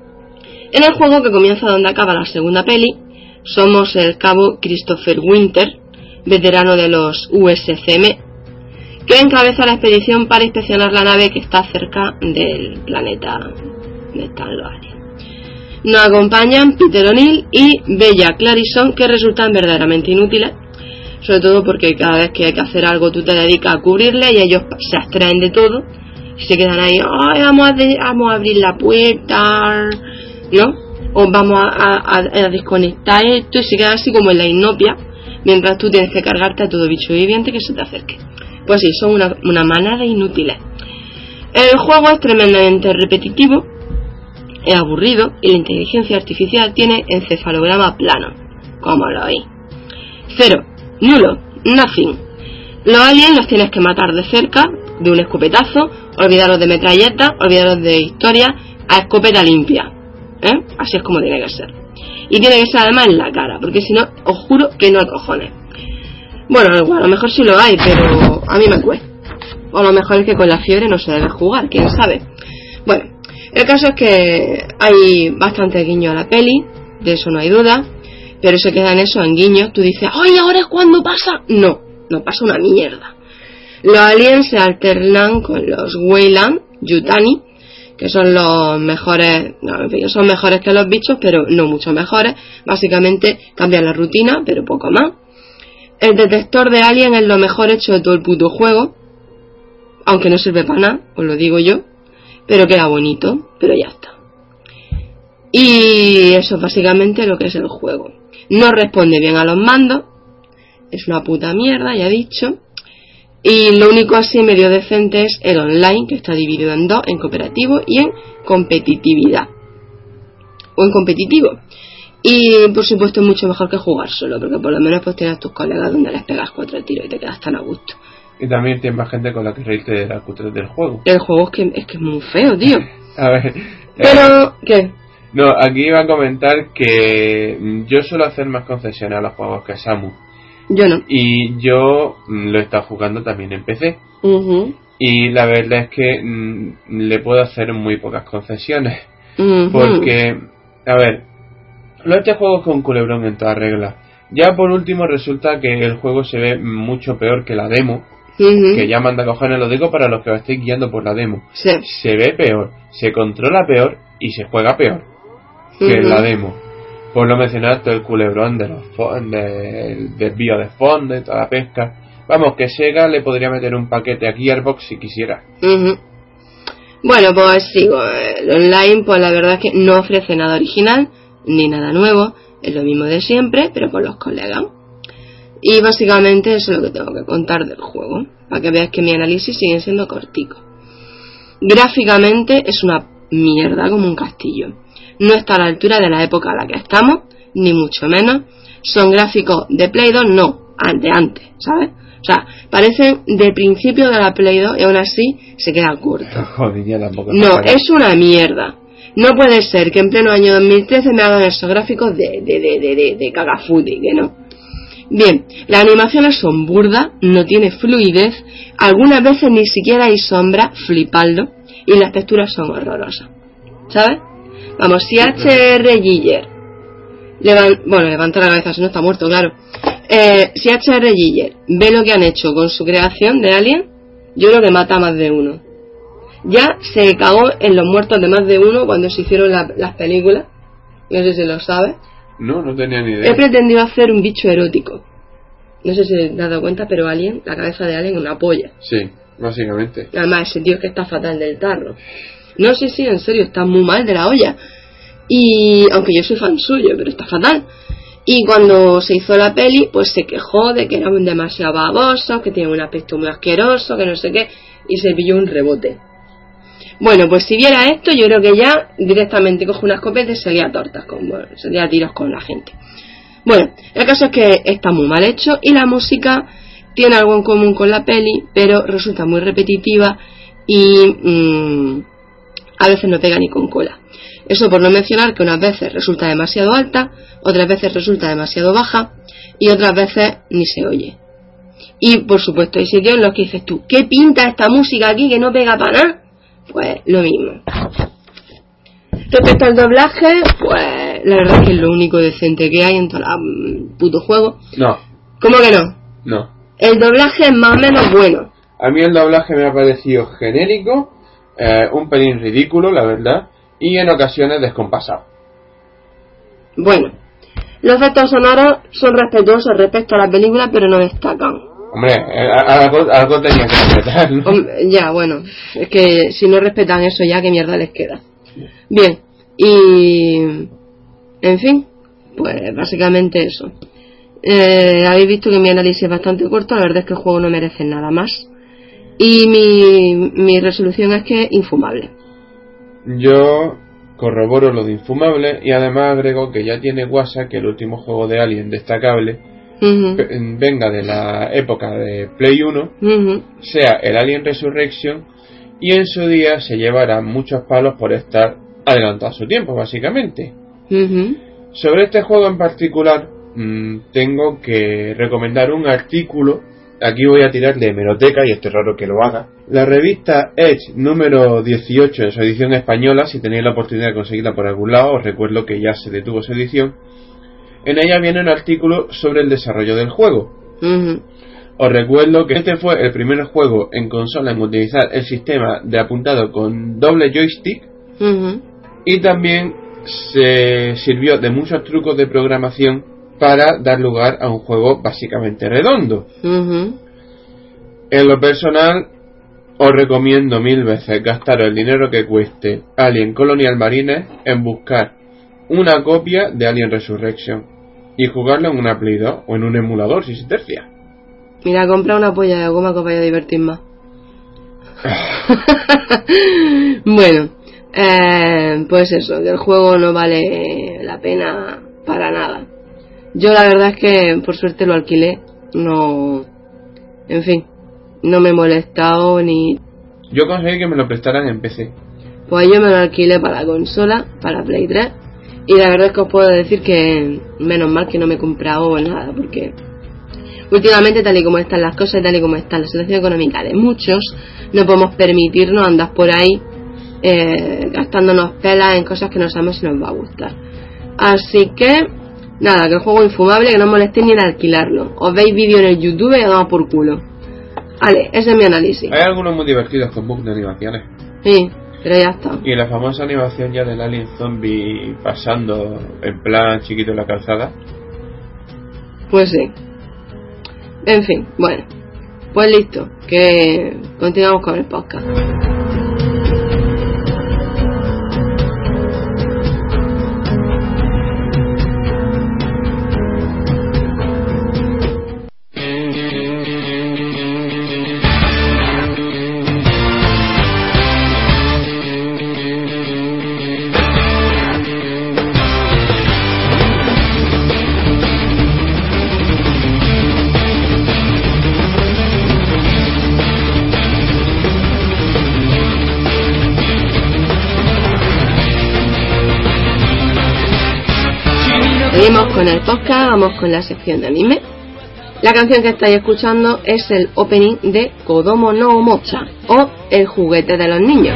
En el juego, que comienza donde acaba la segunda peli, somos el cabo Christopher Winter, veterano de los U S C M, que encabeza la expedición para inspeccionar la nave que está cerca del planeta donde están los aliens. Nos acompañan Peter O'Neill y Bella Clarison, que resultan verdaderamente inútiles, sobre todo porque cada vez que hay que hacer algo tú te dedicas a cubrirle y ellos se abstraen de todo y se quedan ahí, ay, vamos a, de- vamos a abrir la puerta, ¿no? O vamos a, a, a desconectar esto, y se queda así como en la inopia, mientras tú tienes que cargarte a todo bicho viviente que se te acerque. Pues sí, son una, una manada de inútiles. El juego es tremendamente repetitivo, es aburrido y la inteligencia artificial tiene encefalograma plano, como lo oí. Cero, nulo, nothing. Los aliens los tienes que matar de cerca, de un escopetazo, olvidaros de metralleta, olvidaros de historia, a escopeta limpia. ¿Eh? Así es como tiene que ser. Y tiene que ser además en la cara, porque si no, os juro que no hay cojones. Bueno, igual, a lo mejor sí lo hay, pero a mí me cuesta. O a lo mejor es que con la fiebre no se debe jugar, quién sabe. Bueno, el caso es que hay bastante guiño a la peli, de eso no hay duda, pero se queda en eso, en guiños. Tú dices, ¡ay, ahora es cuando pasa! No, no pasa una mierda. Los aliens se alternan con los Weyland Yutani, que son los mejores, no, en fin, son mejores que los bichos, pero no mucho mejores. Básicamente cambian la rutina, pero poco más. El detector de alien es lo mejor hecho de todo el puto juego, aunque no sirve para nada, os lo digo yo, pero queda bonito, pero ya está. Y eso es básicamente lo que es el juego. No responde bien a los mandos, es una puta mierda, ya he dicho. Y lo único así medio decente es el online, que está dividido en dos, en cooperativo y en competitividad. O en competitivo. Y por supuesto es mucho mejor que jugar solo, porque por lo menos pues tienes a tus colegas donde les pegas cuatro tiros y te quedas tan a gusto. Y también tienes más gente con la que reírte de la cutre del juego. El juego es que es, que es muy feo, tío. A ver... Pero, eh, ¿qué? No, aquí iba a comentar que yo suelo hacer más concesiones a los juegos que Samu. Yo no. Y yo mm, lo he estado jugando también en P C. Uh-huh. Y la verdad es que mm, le puedo hacer muy pocas concesiones. Uh-huh. Porque, a ver, lo este juego es con culebrón en toda regla. Ya por último resulta que el juego se ve mucho peor que la demo. Uh-huh. Que ya manda cojones, lo digo para los que os estéis guiando por la demo. Sí. Se ve peor, se controla peor y se juega peor que Uh-huh. en la demo. Por lo mencionaste, el culebrón de los fon- de, del desvío de fondo y toda la pesca. Vamos, que Sega le podría meter un paquete a Gearbox si quisiera. Uh-huh. Bueno, pues sigo. El online, pues la verdad es que no ofrece nada original ni nada nuevo. Es lo mismo de siempre, pero con los colegas. Y básicamente eso es lo que tengo que contar del juego, para que veas que mi análisis sigue siendo cortico. Gráficamente es una mierda como un castillo. No está a la altura de la época a la que estamos, ni mucho menos. Son gráficos de Play dos, no, de antes, ¿sabes? O sea, parecen de principio de la Play dos y aún así se queda corto. Joder, ya tampoco. No, es una mierda. No puede ser que en pleno año dos mil trece me hagan esos gráficos de, de, de, de, de, de cagafuti, que no. Bien, las animaciones son burdas, no tiene fluidez, algunas veces ni siquiera hay sombra, flipadlo, y las texturas son horrorosas, ¿sabes? Vamos, si H R Giger levan, bueno, levanta la cabeza, si no está muerto, claro. Eh, si H R Giger ve lo que han hecho con su creación de Alien, yo creo que mata a más de uno. Ya se cagó en los muertos de más de uno cuando se hicieron la, las películas. No sé si lo sabes. No, no tenía ni idea. He pretendido hacer un bicho erótico. No sé si te has dado cuenta, pero Alien, la cabeza de Alien es una polla. Sí, básicamente. Además, ese tío es que está fatal del tarro. No, sí, sí, en serio, está muy mal de la olla. Y aunque yo soy fan suyo, pero está fatal. Y cuando se hizo la peli, pues se quejó de que eran demasiado babosos, que tenían un aspecto muy asqueroso, que no sé qué, y se pilló un rebote. Bueno, pues si viera esto, yo creo que ya directamente coge una escopeta y seguía a tortas, con, bueno, seguía a tiros con la gente. Bueno, el caso es que está muy mal hecho y la música tiene algo en común con la peli, pero resulta muy repetitiva y mmm, a veces no pega ni con cola. Eso por no mencionar que unas veces resulta demasiado alta, otras veces resulta demasiado baja y otras veces ni se oye. Y por supuesto hay sitios en los que dices tú, ¿qué pinta esta música aquí que no pega para nada? Pues lo mismo. Respecto al doblaje, pues la verdad es que es lo único decente que hay en todo el puto juego. No. ¿Cómo que no? No. El doblaje es más o menos bueno. A mí el doblaje me ha parecido genérico, eh, un pelín ridículo, la verdad, y en ocasiones descompasado. Bueno, los efectos sonoros son respetuosos respecto a la película, pero no destacan. Hombre, algo, algo tenía que respetar, ¿no? Hombre, ya, bueno, es que si no respetan eso ya, ¿qué mierda les queda? Bien, y... en fin, pues básicamente eso. Eh, habéis visto que mi análisis es bastante corto, la verdad es que el juego no merece nada más. Y mi, mi resolución es que es infumable. Yo corroboro lo de infumable y además agrego que ya tiene guasa que el último juego de Alien destacable uh-huh. venga de la época de Play uno, uh-huh. sea el Alien Resurrection, y en su día se llevará muchos palos por estar adelantado a su tiempo, básicamente. Uh-huh. Sobre este juego en particular mmm, tengo que recomendar un artículo. Aquí voy a tirar de hemeroteca y esto es raro que lo haga. La revista Edge número dieciocho en su edición española, si tenéis la oportunidad de conseguirla por algún lado, os recuerdo que ya se detuvo su edición. En ella viene un artículo sobre el desarrollo del juego. Uh-huh. Os recuerdo que este fue el primer juego en consola en utilizar el sistema de apuntado con doble joystick, uh-huh. y también se sirvió de muchos trucos de programación para dar lugar a un juego básicamente redondo. Uh-huh. En lo personal, os recomiendo mil veces gastar el dinero que cueste Alien Colonial Marines en buscar una copia de Alien Resurrection y jugarlo en una Play dos o en un emulador si se tercia. Mira, compra una polla de goma que os vaya a divertir más. Bueno, eh, pues eso, que el juego no vale la pena para nada. Yo la verdad es que por suerte lo alquilé, no, en fin, no me he molestado ni... Yo conseguí que me lo prestaran en P C. Pues yo me lo alquilé para la consola, para Play tres, y la verdad es que os puedo decir que menos mal que no me he comprado nada, porque últimamente tal y como están las cosas, tal y como está la situación económica de muchos, no podemos permitirnos andar por ahí eh, gastándonos pelas en cosas que no sabemos si nos va a gustar. Así que... nada, que el juego es infumable, que no molestéis ni en alquilarlo. Os veis vídeo en el YouTube y os damos por culo. Vale, ese es mi análisis. Hay algunos muy divertidos con bugs de animaciones. Sí, pero ya está. Y la famosa animación ya del Alien Zombie pasando en plan chiquito en la calzada. Pues sí. En fin, bueno. Pues listo, que continuamos con el podcast. Seguimos con el podcast, vamos con la sección de anime. La canción que estáis escuchando es el opening de Kodomo no Omocha, o El juguete de los niños.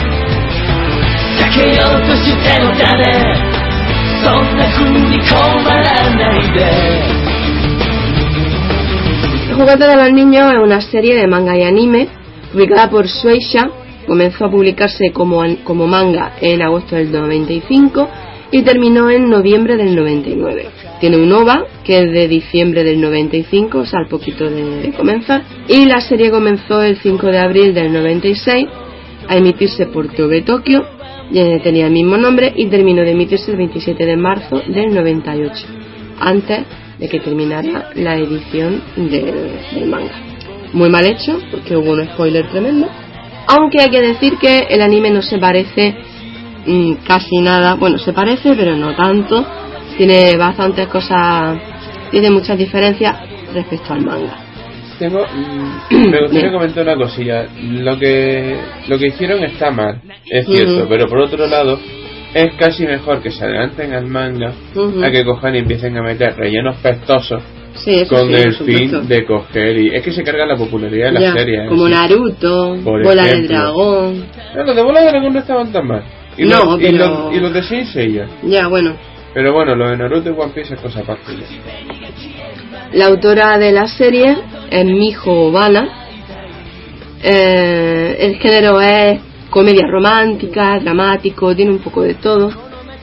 El juguete de los niños es una serie de manga y anime publicada por Shueisha. Comenzó a publicarse como, como manga en agosto del noventa y cinco y terminó en noviembre del noventa y nueve. Tiene un O V A que es de diciembre del noventa y cinco, o sea, al poquito de, de comenzar, y la serie comenzó el cinco de abril del noventa y seis a emitirse por T V Tokio, tenía el mismo nombre, y terminó de emitirse el veintisiete de marzo del noventa y ocho, antes de que terminara la edición del, del manga. Muy mal hecho, porque hubo un spoiler tremendo, aunque hay que decir que el anime no se parece mmm, casi nada, bueno, se parece pero no tanto, tiene bastantes cosas, tiene muchas diferencias respecto al manga. Tengo, mmm, me gustaría comentar una cosilla. Lo que lo que hicieron está mal, es cierto, uh-huh. pero por otro lado es casi mejor que se adelanten al manga uh-huh. a que cojan y empiecen a meter rellenos pestosos. Sí, con sí, el fin de coger, y es que se carga la popularidad de la ya, serie, como ¿sí? Naruto, por Bola ejemplo. de Dragón. No, los de Bola de Dragón no estaban tan mal. Y, no, los, pero... y, los, y los de Saint Seiya. Ya, bueno. Pero bueno, lo de Naruto y One Piece es cosa aparte. La autora de la serie es Miho Obana. Eh, el género es comedia romántica, dramático, tiene un poco de todo.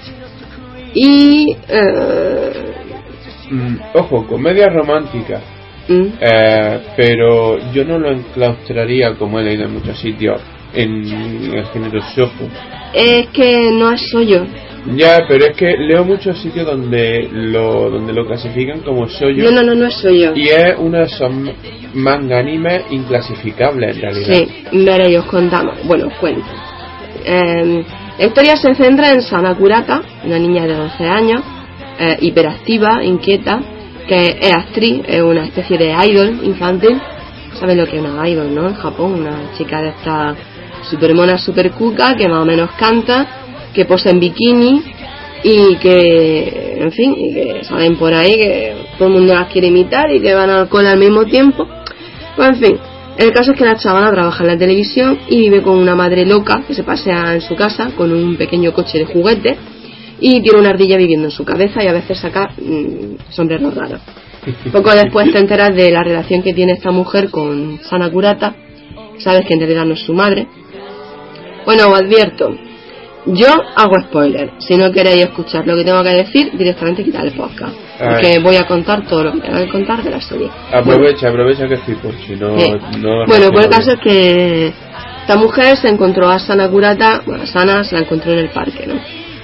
Y... Eh, Mm, ojo, comedia romántica, mm. eh, pero yo no lo enclaustraría, como he leído en muchos sitios, en el género shoujo. Es que no es shoujo. Ya, pero es que leo muchos sitios donde lo donde lo clasifican como shoujo. No, no, no, no es shoujo. Y es uno de esos manga anime inclasificables en realidad. Sí, veréis, os contamos. Bueno, os cuento. Eh, la historia se centra en Sana Kurata, una niña de doce años. Eh, hiperactiva, inquieta, que es actriz, es una especie de idol infantil. ¿Sabes lo que es una idol, no? En Japón, una chica de esta super mona, super cuca, que más o menos canta, que posa en bikini y que, en fin, y que salen por ahí, que todo el mundo las quiere imitar y que van al cole al mismo tiempo. Pues en fin, el caso es que la chavala trabaja en la televisión y vive con una madre loca que se pasea en su casa con un pequeño coche de juguete. Y tiene una ardilla viviendo en su cabeza y a veces saca mmm, sombreros raros. Poco después te enteras de la relación que tiene esta mujer con Sana Kurata. Sabes que en realidad no es su madre. Bueno, os advierto, yo hago spoiler. Si no queréis escuchar lo que tengo que decir, directamente quitar el podcast, porque voy a contar todo lo que tengo que contar de la serie. Aprovecha, bueno, aprovecha que estoy por si no, sí. no Bueno, pues el caso es que esta mujer se encontró a Sana Kurata. Bueno, Sana se la encontró en el parque, ¿no?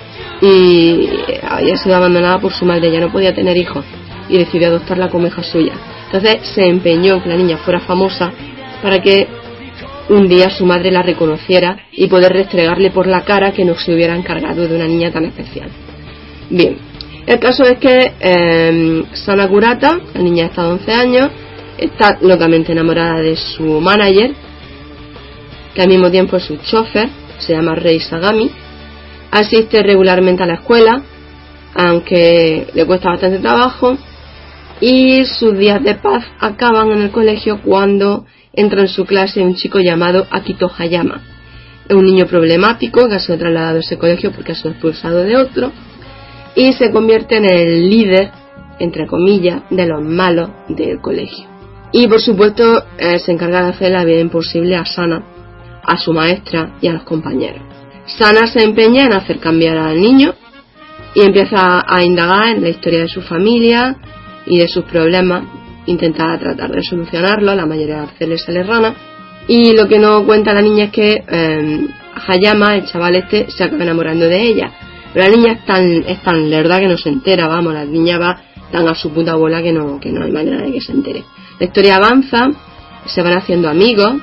Y había sido abandonada por su madre, ya no podía tener hijos y decidió adoptarla como hija suya. Entonces se empeñó en que la niña fuera famosa para que un día su madre la reconociera y poder restregarle por la cara que no se hubiera encargado de una niña tan especial. Bien, el caso es que eh, Sana Kurata, la niña está de once años, está locamente enamorada de su manager, que al mismo tiempo es su chofer, se llama Rei Sagami. Asiste regularmente a la escuela, aunque le cuesta bastante trabajo, y sus días de paz acaban en el colegio cuando entra en su clase un chico llamado Akito Hayama. Es un niño problemático que ha sido trasladado a ese colegio porque ha sido expulsado de otro, y se convierte en el líder, entre comillas, de los malos del colegio. Y por supuesto eh, se encarga de hacer la vida imposible a Sana, a su maestra y a los compañeros. Sana se empeña en hacer cambiar al niño y empieza a indagar en la historia de su familia y de sus problemas, intenta tratar de solucionarlo, la mayoría de veces le sale rana, y lo que no cuenta la niña es que eh, Hayama, el chaval este, se acaba enamorando de ella, pero la niña es tan, es tan lerda que no se entera, vamos, la niña va tan a su puta bola que no, que no hay manera de que se entere. La historia avanza, se van haciendo amigos,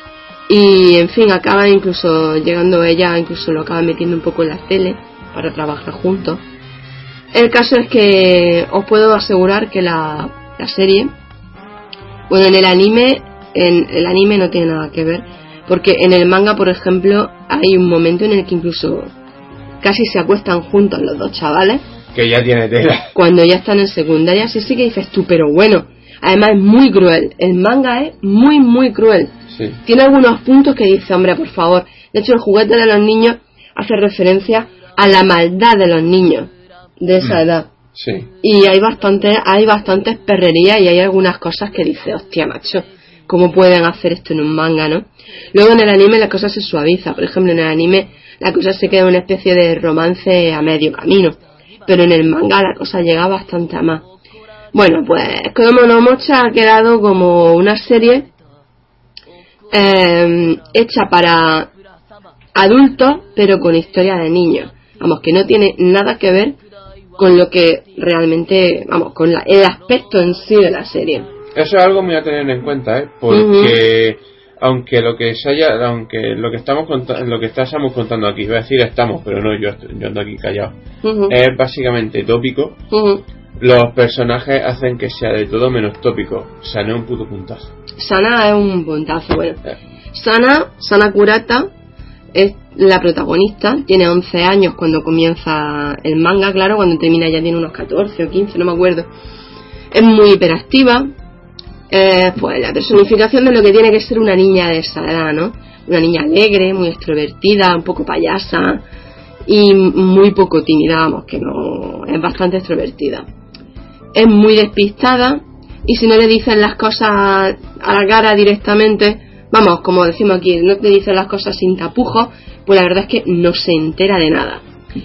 y en fin, acaba incluso llegando ella, incluso lo acaba metiendo un poco en la tele para trabajar juntos. El caso es que os puedo asegurar que la, la serie, bueno, en el anime, en el anime no tiene nada que ver, porque en el manga, por ejemplo, hay un momento en el que incluso casi se acuestan juntos los dos chavales, que ya tiene tela, cuando ya están en secundaria. Sí, sí, que dices tú, pero bueno, Además es muy cruel. El manga es muy, muy cruel. Sí. Tiene algunos puntos que dice, hombre, por favor. De hecho, el juguete de los niños hace referencia a la maldad de los niños de esa edad. Sí. Y hay bastante, hay bastantes perrerías y hay algunas cosas que dice, hostia, macho, ¿cómo pueden hacer esto en un manga, no? Luego en el anime la cosa se suaviza. Por ejemplo, en el anime la cosa se queda en una especie de romance a medio camino. Pero en el manga la cosa llega bastante a más. Bueno, pues Kodomo no Mocha ha quedado como una serie eh, hecha para adultos, pero con historia de niños. Vamos, que no tiene nada que ver con lo que realmente, vamos, con la, el aspecto en sí de la serie. Eso es algo muy a tener en cuenta, ¿eh? Porque uh-huh. aunque lo que se haya, aunque lo que estamos contando, lo que estamos contando aquí, voy a decir estamos, pero no, yo, yo ando aquí callado, uh-huh. es básicamente tópico. Uh-huh. Los personajes hacen que sea de todo menos tópico. Sana es un puto puntazo. Sana es un puntazo, bueno. Eh. Sana, Sana Kurata es la protagonista, tiene once años cuando comienza el manga, claro, cuando termina ya tiene unos catorce o quince, no me acuerdo. Es muy hiperactiva, eh, pues la personificación de lo que tiene que ser una niña de esa edad, ¿no? Una niña alegre, muy extrovertida, un poco payasa y muy poco tímida, vamos, que no, es bastante extrovertida. Es muy despistada y si no le dicen las cosas a la cara directamente, vamos, como decimos aquí, no te dicen las cosas sin tapujos, pues la verdad es que no se entera de nada.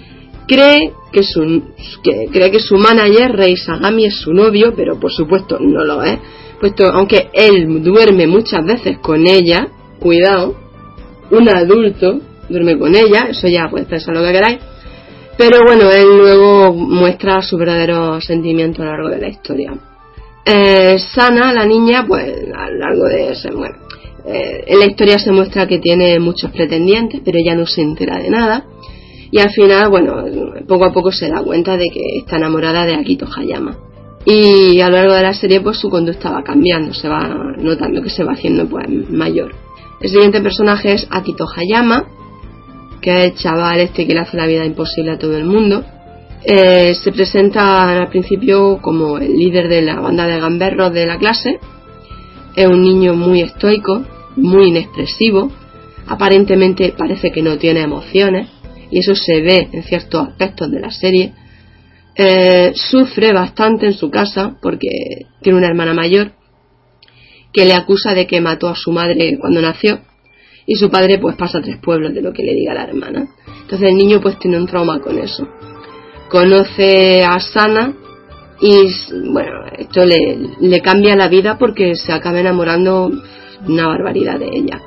Cree que su, que, cree que su manager, Rei Sagami, es su novio, pero por supuesto no lo es, puesto aunque él duerme muchas veces con ella, cuidado, un adulto duerme con ella, eso ya puedes pensar lo que queráis, pero bueno, él luego muestra su verdadero sentimiento a lo largo de la historia. Eh, Sana, la niña, pues a lo largo de ese, bueno, eh, en la historia se muestra que tiene muchos pretendientes, pero ella no se entera de nada. Y al final, bueno, poco a poco se da cuenta de que está enamorada de Akito Hayama. Y a lo largo de la serie, pues su conducta va cambiando, se va notando que se va haciendo pues mayor. El siguiente personaje es Akito Hayama, que es el chaval este que le hace la vida imposible a todo el mundo. Eh, se presenta al principio como el líder de la banda de gamberros de la clase. Es un niño muy estoico, muy inexpresivo. Aparentemente parece que no tiene emociones, y eso se ve en ciertos aspectos de la serie. Eh, sufre bastante en su casa porque tiene una hermana mayor que le acusa de que mató a su madre cuando nació, y su padre pues pasa tres pueblos de lo que le diga la hermana. Entonces el niño pues tiene un trauma con eso. Conoce a Sana y bueno, esto le, le cambia la vida porque se acaba enamorando una barbaridad de ella.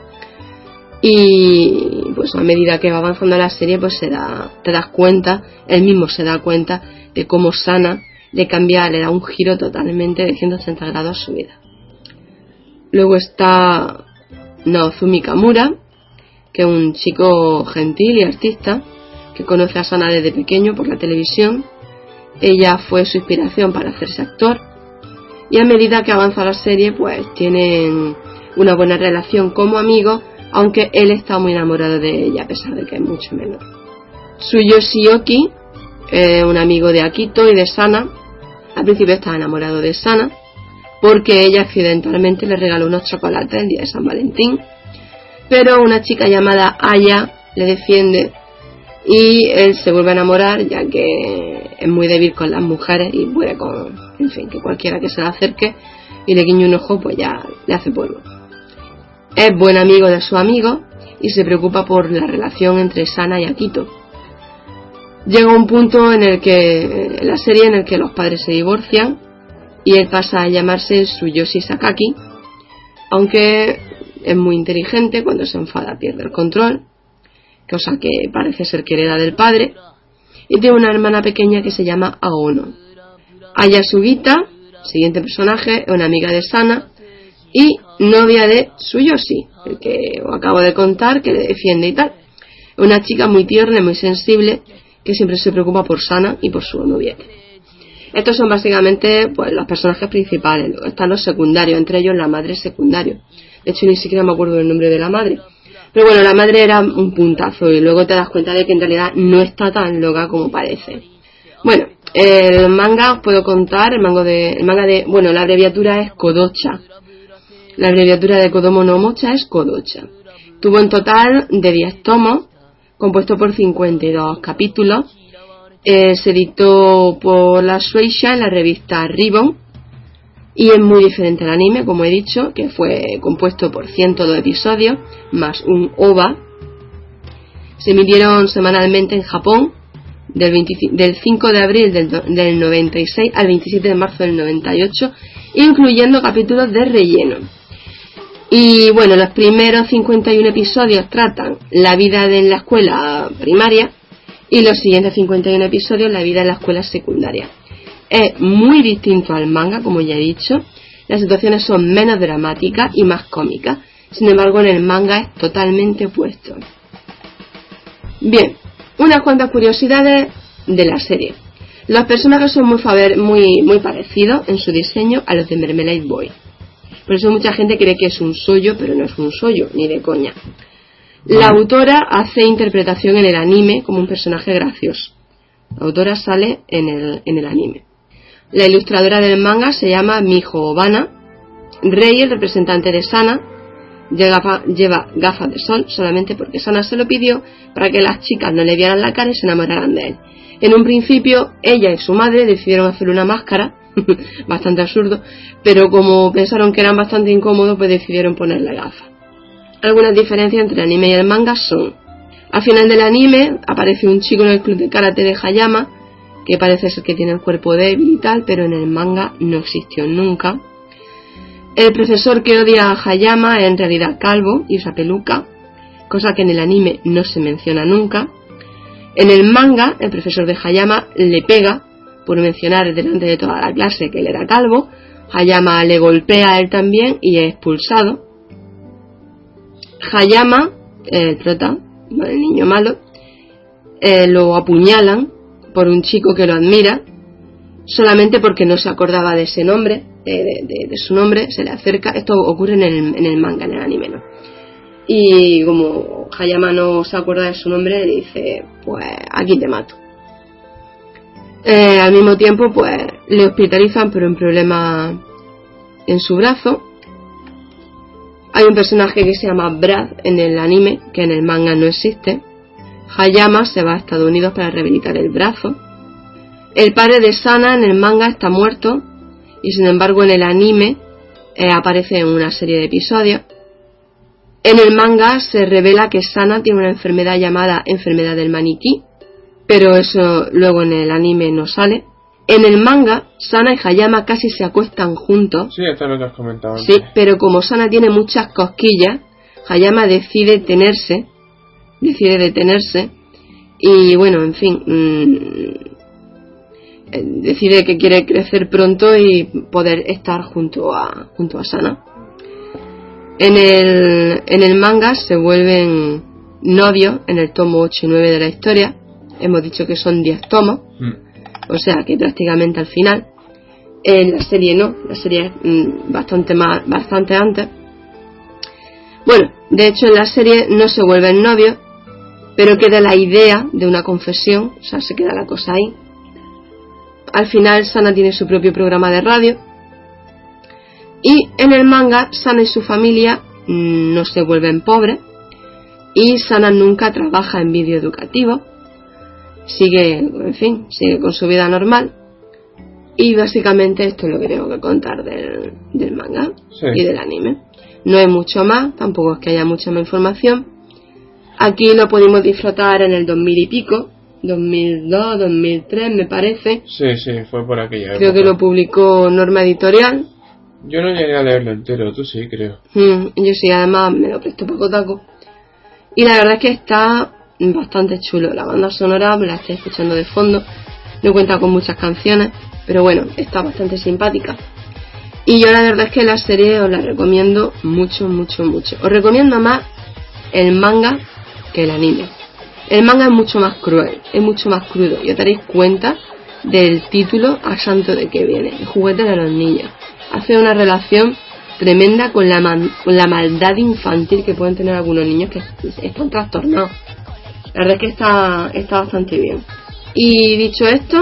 Y pues a medida que va avanzando la serie pues se da, te das cuenta, él mismo se da cuenta de cómo Sana le cambia, le da un giro totalmente de ciento ochenta grados a su vida. Luego está Naozumi Kamura, que es un chico gentil y artista que conoce a Sana desde pequeño por la televisión. Ella fue su inspiración para hacerse actor, y a medida que avanza la serie pues tienen una buena relación como amigos, aunque él está muy enamorado de ella a pesar de que es mucho menor. Tsuyoshi Oki, eh, un amigo de Akito y de Sana, al principio estaba enamorado de Sana porque ella accidentalmente le regaló unos chocolates el día de San Valentín, pero una chica llamada Aya le defiende y él se vuelve a enamorar, ya que es muy débil con las mujeres y puede con, en fin, que cualquiera que se le acerque y le guiñe un ojo pues ya le hace polvo. Es buen amigo de su amigo y se preocupa por la relación entre Sana y Akito. Llega un punto en el que, en la serie, en el que los padres se divorcian y él pasa a llamarse Tsuyoshi Sakaki, aunque es muy inteligente. Cuando se enfada pierde el control, cosa que parece ser que hereda del padre, y tiene una hermana pequeña que se llama Aono. Aya Sugita, siguiente personaje, es una amiga de Sana y novia de Tsuyoshi, el que os acabo de contar, que le defiende y tal. Una chica muy tierna y muy sensible que siempre se preocupa por Sana y por su noviete. Estos son básicamente pues los personajes principales. Luego están los secundarios, entre ellos la madre secundario. De hecho ni siquiera me acuerdo del nombre de la madre, pero bueno, la madre era un puntazo y luego te das cuenta de que en realidad no está tan loca como parece. Bueno, el manga os puedo contar, el manga de, el manga de, bueno, la abreviatura es Kodocha. La abreviatura de Kodomo no Mocha es Kodocha. Tuvo en total de diez tomos, compuesto por cincuenta y dos capítulos. Eh, se editó por la Shueisha en la revista Ribbon y es muy diferente al anime, como he dicho, que fue compuesto por ciento dos episodios más un O V A. Se emitieron semanalmente en Japón del, veinticinco, del cinco de abril del, del noventa y seis al veintisiete de marzo del noventa y ocho, incluyendo capítulos de relleno. Y bueno, los primeros cincuenta y uno episodios tratan la vida en la escuela primaria y los siguientes cincuenta y uno episodios la vida en la escuela secundaria. Es muy distinto al manga, como ya he dicho. Las situaciones son menos dramáticas y más cómicas. Sin embargo, en el manga es totalmente opuesto. Bien, unas cuantas curiosidades de la serie. Los personajes son muy, faver, muy, muy parecidos en su diseño a los de Mermelade Boy. Por eso mucha gente cree que es un shoujo, pero no es un shoujo, ni de coña. La autora hace interpretación en el anime como un personaje gracioso. La autora sale en el, en el anime. La ilustradora del manga se llama Miho Obana. Rei, el representante de Sana, lleva, lleva gafas de sol solamente porque Sana se lo pidió para que las chicas no le vieran la cara y se enamoraran de él. En un principio, ella y su madre decidieron hacer una máscara, bastante absurdo, pero como pensaron que eran bastante incómodos, pues decidieron ponerle gafas. Algunas diferencias entre el anime y el manga son: al final del anime aparece un chico en el club de karate de Hayama, que parece ser que tiene el cuerpo débil y tal, pero en el manga no existió nunca. El profesor que odia a Hayama es en realidad calvo y usa peluca, cosa que en el anime no se menciona nunca. En el manga, el profesor de Hayama le pega por mencionar delante de toda la clase que él era calvo. Hayama le golpea a él también y es expulsado. Hayama, el prota, el niño malo, eh, lo apuñalan por un chico que lo admira, solamente porque no se acordaba de ese nombre, de, de, de, de su nombre, se le acerca. Esto ocurre en el, en el manga, en el anime, ¿no? Y como Hayama no se acuerda de su nombre, le dice, pues aquí te mato. Eh, al mismo tiempo, pues le hospitalizan por un problema en su brazo. Hay un personaje que se llama Brad en el anime, que en el manga no existe. Hayama se va a Estados Unidos para rehabilitar el brazo. El padre de Sana en el manga está muerto y sin embargo en el anime eh, aparece en una serie de episodios. En el manga se revela que Sana tiene una enfermedad llamada enfermedad del maniquí, pero eso luego en el anime no sale. En el manga, Sana y Hayama casi se acuestan juntos. Sí, esto es lo que has comentado antes. Sí, pero como Sana tiene muchas cosquillas, Hayama decide tenerse, decide detenerse y bueno, en fin, mmm, decide que quiere crecer pronto y poder estar junto a junto a Sana. En el en el manga se vuelven novios en el tomo ocho y nueve de la historia. Hemos dicho que son diez tomos. Mm. O sea que prácticamente al final. En la serie no, la serie es mmm, bastante más, bastante antes. Bueno, de hecho en la serie no se vuelven novios, pero queda la idea de una confesión, o sea, se queda la cosa ahí. Al final Sana tiene su propio programa de radio y en el manga Sana y su familia mmm, no se vuelven pobres y Sana nunca trabaja en vídeo educativo. Sigue, en fin, sigue con su vida normal. Y básicamente esto es lo que tengo que contar del, del manga. Sí. Y del anime. No hay mucho más, tampoco es que haya mucha más información. Aquí lo pudimos disfrutar en el dos mil y pico, dos mil dos, dos mil tres me parece. Sí, sí, fue por aquella época. Creo que lo publicó Norma Editorial. Yo no llegué a leerlo entero, tú sí, creo. Mm, yo sí, además me lo prestó para Kotaku. Y la verdad es que está bastante chulo. La banda sonora la estoy escuchando de fondo, no cuenta con muchas canciones, pero bueno, está bastante simpática. Y yo la verdad es que la serie os la recomiendo mucho, mucho, mucho. Os recomiendo más el manga que el anime. El manga es mucho más cruel, es mucho más crudo, y os daréis cuenta del título a santo de que viene, el juguete de los niños. Hace una relación tremenda con la, man, con la maldad infantil que pueden tener algunos niños que están trastornados. La verdad es que está, está bastante bien. Y dicho esto,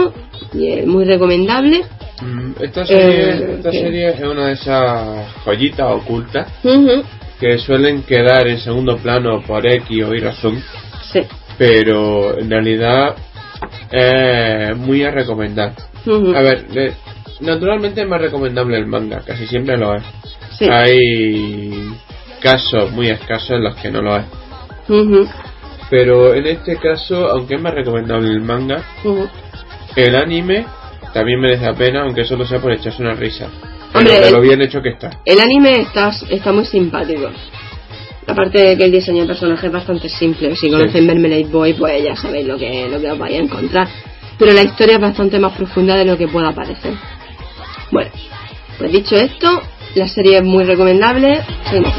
Y es muy recomendable. Mm, esta serie, eh, esta que... serie es una de esas joyitas ocultas uh-huh. que suelen quedar en segundo plano por X o Y razón. Sí. Pero en realidad es muy a recomendar. Uh-huh. A ver, le, naturalmente es más recomendable el manga, casi siempre lo es. Sí. Hay casos muy escasos en los que no lo es. Uh-huh. Pero en este caso, aunque es más recomendable el manga, uh-huh. el anime también merece la pena, aunque solo sea por echarse una risa. Hombre, de lo bien hecho que está. El anime está, está muy simpático. Aparte de que el diseño de personaje es bastante simple. Si conocen sí. Mermaid Boy, pues ya sabéis lo que, lo que os vais a encontrar. Pero la historia es bastante más profunda de lo que pueda parecer. Bueno, pues dicho esto, la serie es muy recomendable. Seguimos.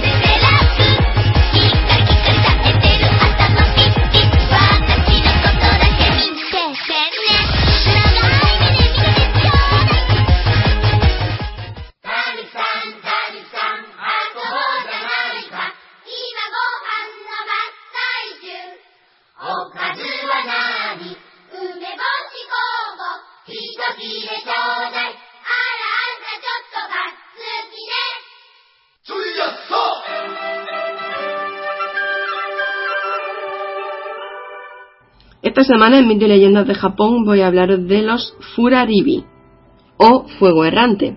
Esta semana en Mito y Leyendas de Japón voy a hablaros de los Furaribi o Fuego Errante.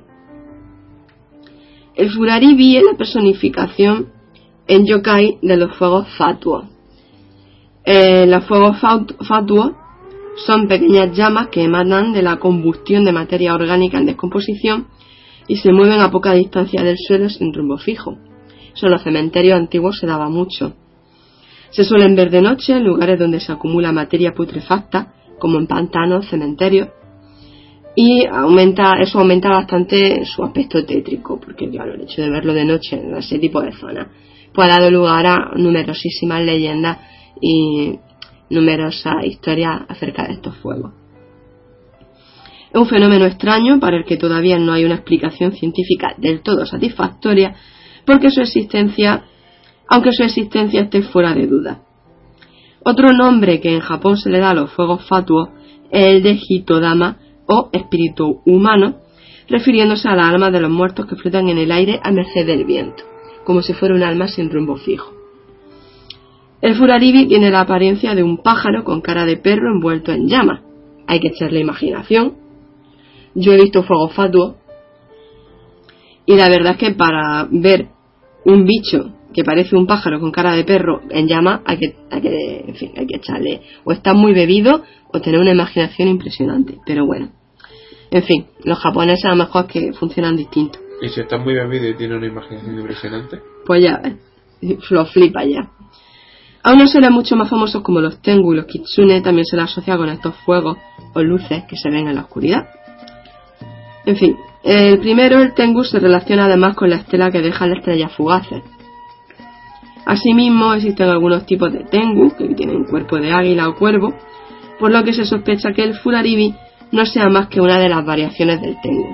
El Furaribi es la personificación en yokai de los fuegos fatuos. Eh, los fuegos fatuos son pequeñas llamas que emanan de la combustión de materia orgánica en descomposición y se mueven a poca distancia del suelo sin rumbo fijo. Eso en los cementerios antiguos se daba mucho. Se suelen ver de noche en lugares donde se acumula materia putrefacta, como en pantanos, cementerios, y aumenta, eso aumenta bastante su aspecto tétrico, porque claro, el hecho de verlo de noche en ese tipo de zonas pues ha dado lugar a numerosísimas leyendas y numerosas historias acerca de estos fuegos. Es un fenómeno extraño para el que todavía no hay una explicación científica del todo satisfactoria, porque su existencia aunque su existencia esté fuera de duda. Otro nombre que en Japón se le da a los fuegos fatuos es el de Hitodama o espíritu humano, refiriéndose a las almas de los muertos que flotan en el aire a merced del viento, como si fuera un alma sin rumbo fijo. El Furaribi tiene la apariencia de un pájaro con cara de perro envuelto en llamas. Hay que echarle imaginación. Yo he visto fuegos fatuos y la verdad es que para ver un bicho que parece un pájaro con cara de perro en llama, hay que, hay que, en fin, hay que echarle, o está muy bebido o tener una imaginación impresionante, pero bueno, en fin, los japoneses a lo mejor es que funcionan distinto. ¿Y si está muy bebido y tiene una imaginación impresionante? Pues ya ves, lo flipa ya. A unos seres mucho más famosos como los Tengu y los Kitsune también se les asocia con estos fuegos o luces que se ven en la oscuridad. En fin, el primero, el Tengu, se relaciona además con la estela que dejan las estrellas fugaces. Asimismo, existen algunos tipos de Tengu que tienen cuerpo de águila o cuervo, por lo que se sospecha que el Furaribi no sea más que una de las variaciones del Tengu.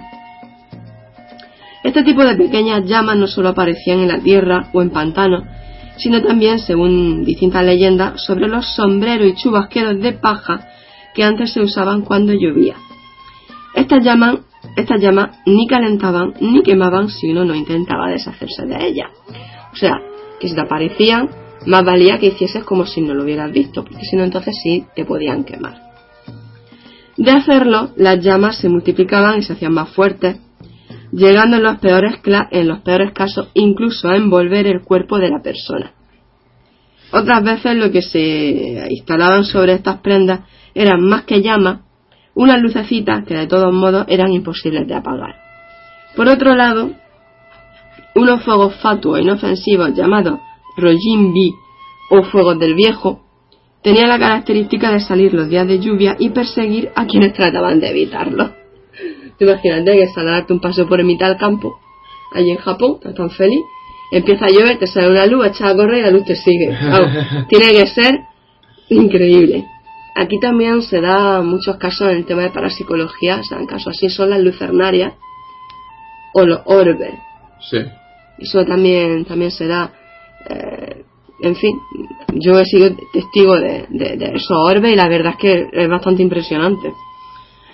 Este tipo de pequeñas llamas no solo aparecían en la tierra o en pantanos, sino también, según distintas leyendas, sobre los sombreros y chubasqueros de paja que antes se usaban cuando llovía. Estas llamas, estas llamas ni calentaban ni quemaban si uno no intentaba deshacerse de ellas. O sea, que si te aparecían, más valía que hicieses como si no lo hubieras visto, porque si no entonces sí te podían quemar. De hacerlo, las llamas se multiplicaban y se hacían más fuertes, llegando en los peores, en los peores casos incluso a envolver el cuerpo de la persona. Otras veces lo que se instalaban sobre estas prendas eran más que llamas, unas lucecitas que de todos modos eran imposibles de apagar. Por otro lado, unos fuegos fatuos inofensivos llamados Rojinbi o fuegos del viejo tenían la característica de salir los días de lluvia y perseguir a quienes trataban de evitarlo. Imagínate que sal a darte un paseo por el mitad del campo, allí en Japón, estás tan feliz, empieza a llover, te sale una luz, echas a correr y la luz te sigue. Claro, tiene que ser increíble. Aquí también se da muchos casos en el tema de parapsicología, se dan casos así, son las lucernarias o los orbes. Sí. Eso también, también se da. Eh, en fin, yo he sido testigo de, de, de esos orbes y la verdad es que es bastante impresionante.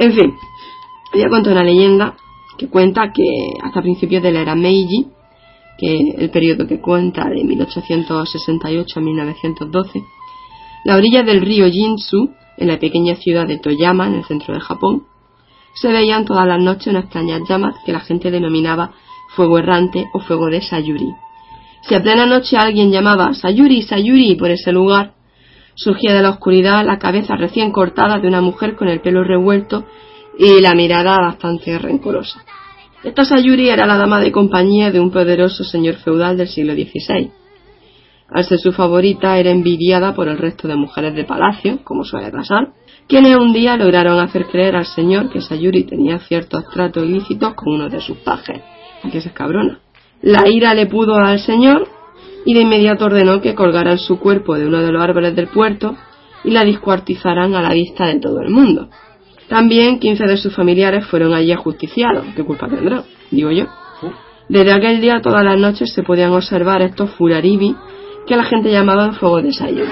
En fin, ella cuenta una leyenda que cuenta que hasta principios de la era Meiji, que el periodo que cuenta de mil ochocientos sesenta y ocho a mil novecientos doce, la orilla del río Jinsu, en la pequeña ciudad de Toyama, en el centro de Japón, se veían todas las noches unas extrañas llamas que la gente denominaba fuego errante o fuego de Sayuri. Si a plena noche alguien llamaba Sayuri, Sayuri por ese lugar, surgía de la oscuridad la cabeza recién cortada de una mujer con el pelo revuelto y la mirada bastante rencorosa. Esta Sayuri era la dama de compañía de un poderoso señor feudal del siglo dieciséis. Al ser su favorita, era envidiada por el resto de mujeres de palacio, como suele pasar, quienes un día lograron hacer creer al señor que Sayuri tenía ciertos tratos ilícitos con uno de sus pajes. Aquí es cabrona. La ira le pudo al señor y de inmediato ordenó que colgaran su cuerpo de uno de los árboles del puerto y la descuartizaran a la vista de todo el mundo. También quince de sus familiares fueron allí ajusticiados. ¿Qué culpa tendrán? Digo yo. Desde aquel día todas las noches se podían observar estos furaribi que la gente llamaba fuego de Sayuri.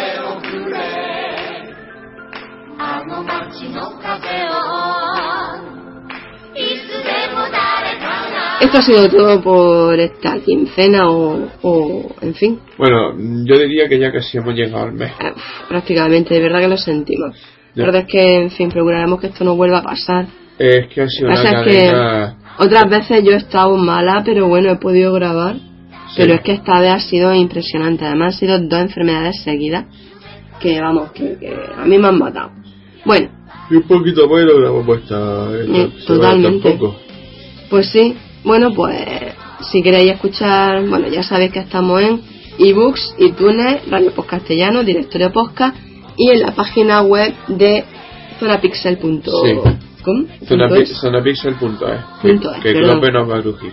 Esto ha sido todo por esta quincena o, o en fin. Bueno, yo diría que ya casi hemos llegado al mes. Eh, prácticamente, de verdad que lo sentimos. La verdad es que, en fin, procuraremos que esto no vuelva a pasar. Es que ha sido una cadena... que otras veces yo he estado mala, pero bueno, he podido grabar. Sí. Pero es que esta vez ha sido impresionante. Además han sido dos enfermedades seguidas que, vamos, que, que a mí me han matado. Bueno. Y un poquito más y lo grabamos esta... esta totalmente. Tampoco. Pues sí. Bueno, pues si queréis escuchar, bueno, ya sabéis que estamos en ebooks, iTunes, Radio Post Castellano, Directorio Podcast y en la página web de zonapixel punto com. Sí. zonapixel punto es. Que Clope nos va a crujir.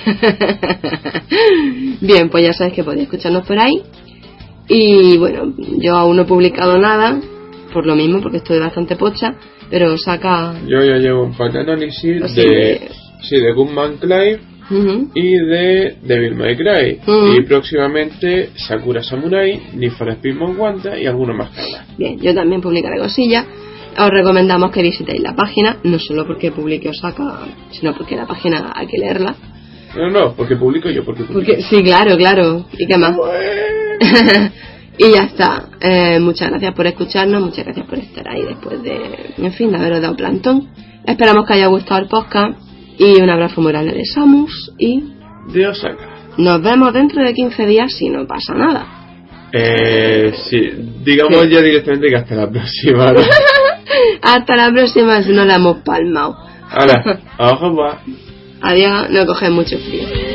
Bien, pues ya sabéis que podéis escucharnos por ahí. Y bueno, yo aún no he publicado nada, por lo mismo, porque estoy bastante pocha, pero saca... Yo ya llevo un par de análisis de... de... Sí, de Gunman Clive uh-huh. y de Devil May Cry. Uh-huh. Y próximamente Sakura Samurai, Need for Speed Most Wanted y alguno más que hablar. Bien, yo también publicaré cosillas. Os recomendamos que visitéis la página, no solo porque publique Osaka, sino porque la página hay que leerla. No, no, porque publico yo, porque publico. Porque, sí, claro, claro. ¿Y qué más? Bueno. Y ya está. Eh, muchas gracias por escucharnos, muchas gracias por estar ahí después de, en fin, de haberos dado plantón. Esperamos que haya gustado el podcast. Y un abrazo muy grande de Samus y de Osaka. Nos vemos dentro de quince días si no pasa nada. Eh, sí, digamos ¿Qué? Ya directamente que hasta la próxima, ¿no? Hasta la próxima si no la hemos palmado. Ahora, ojo, va. Adiós, no coges mucho frío.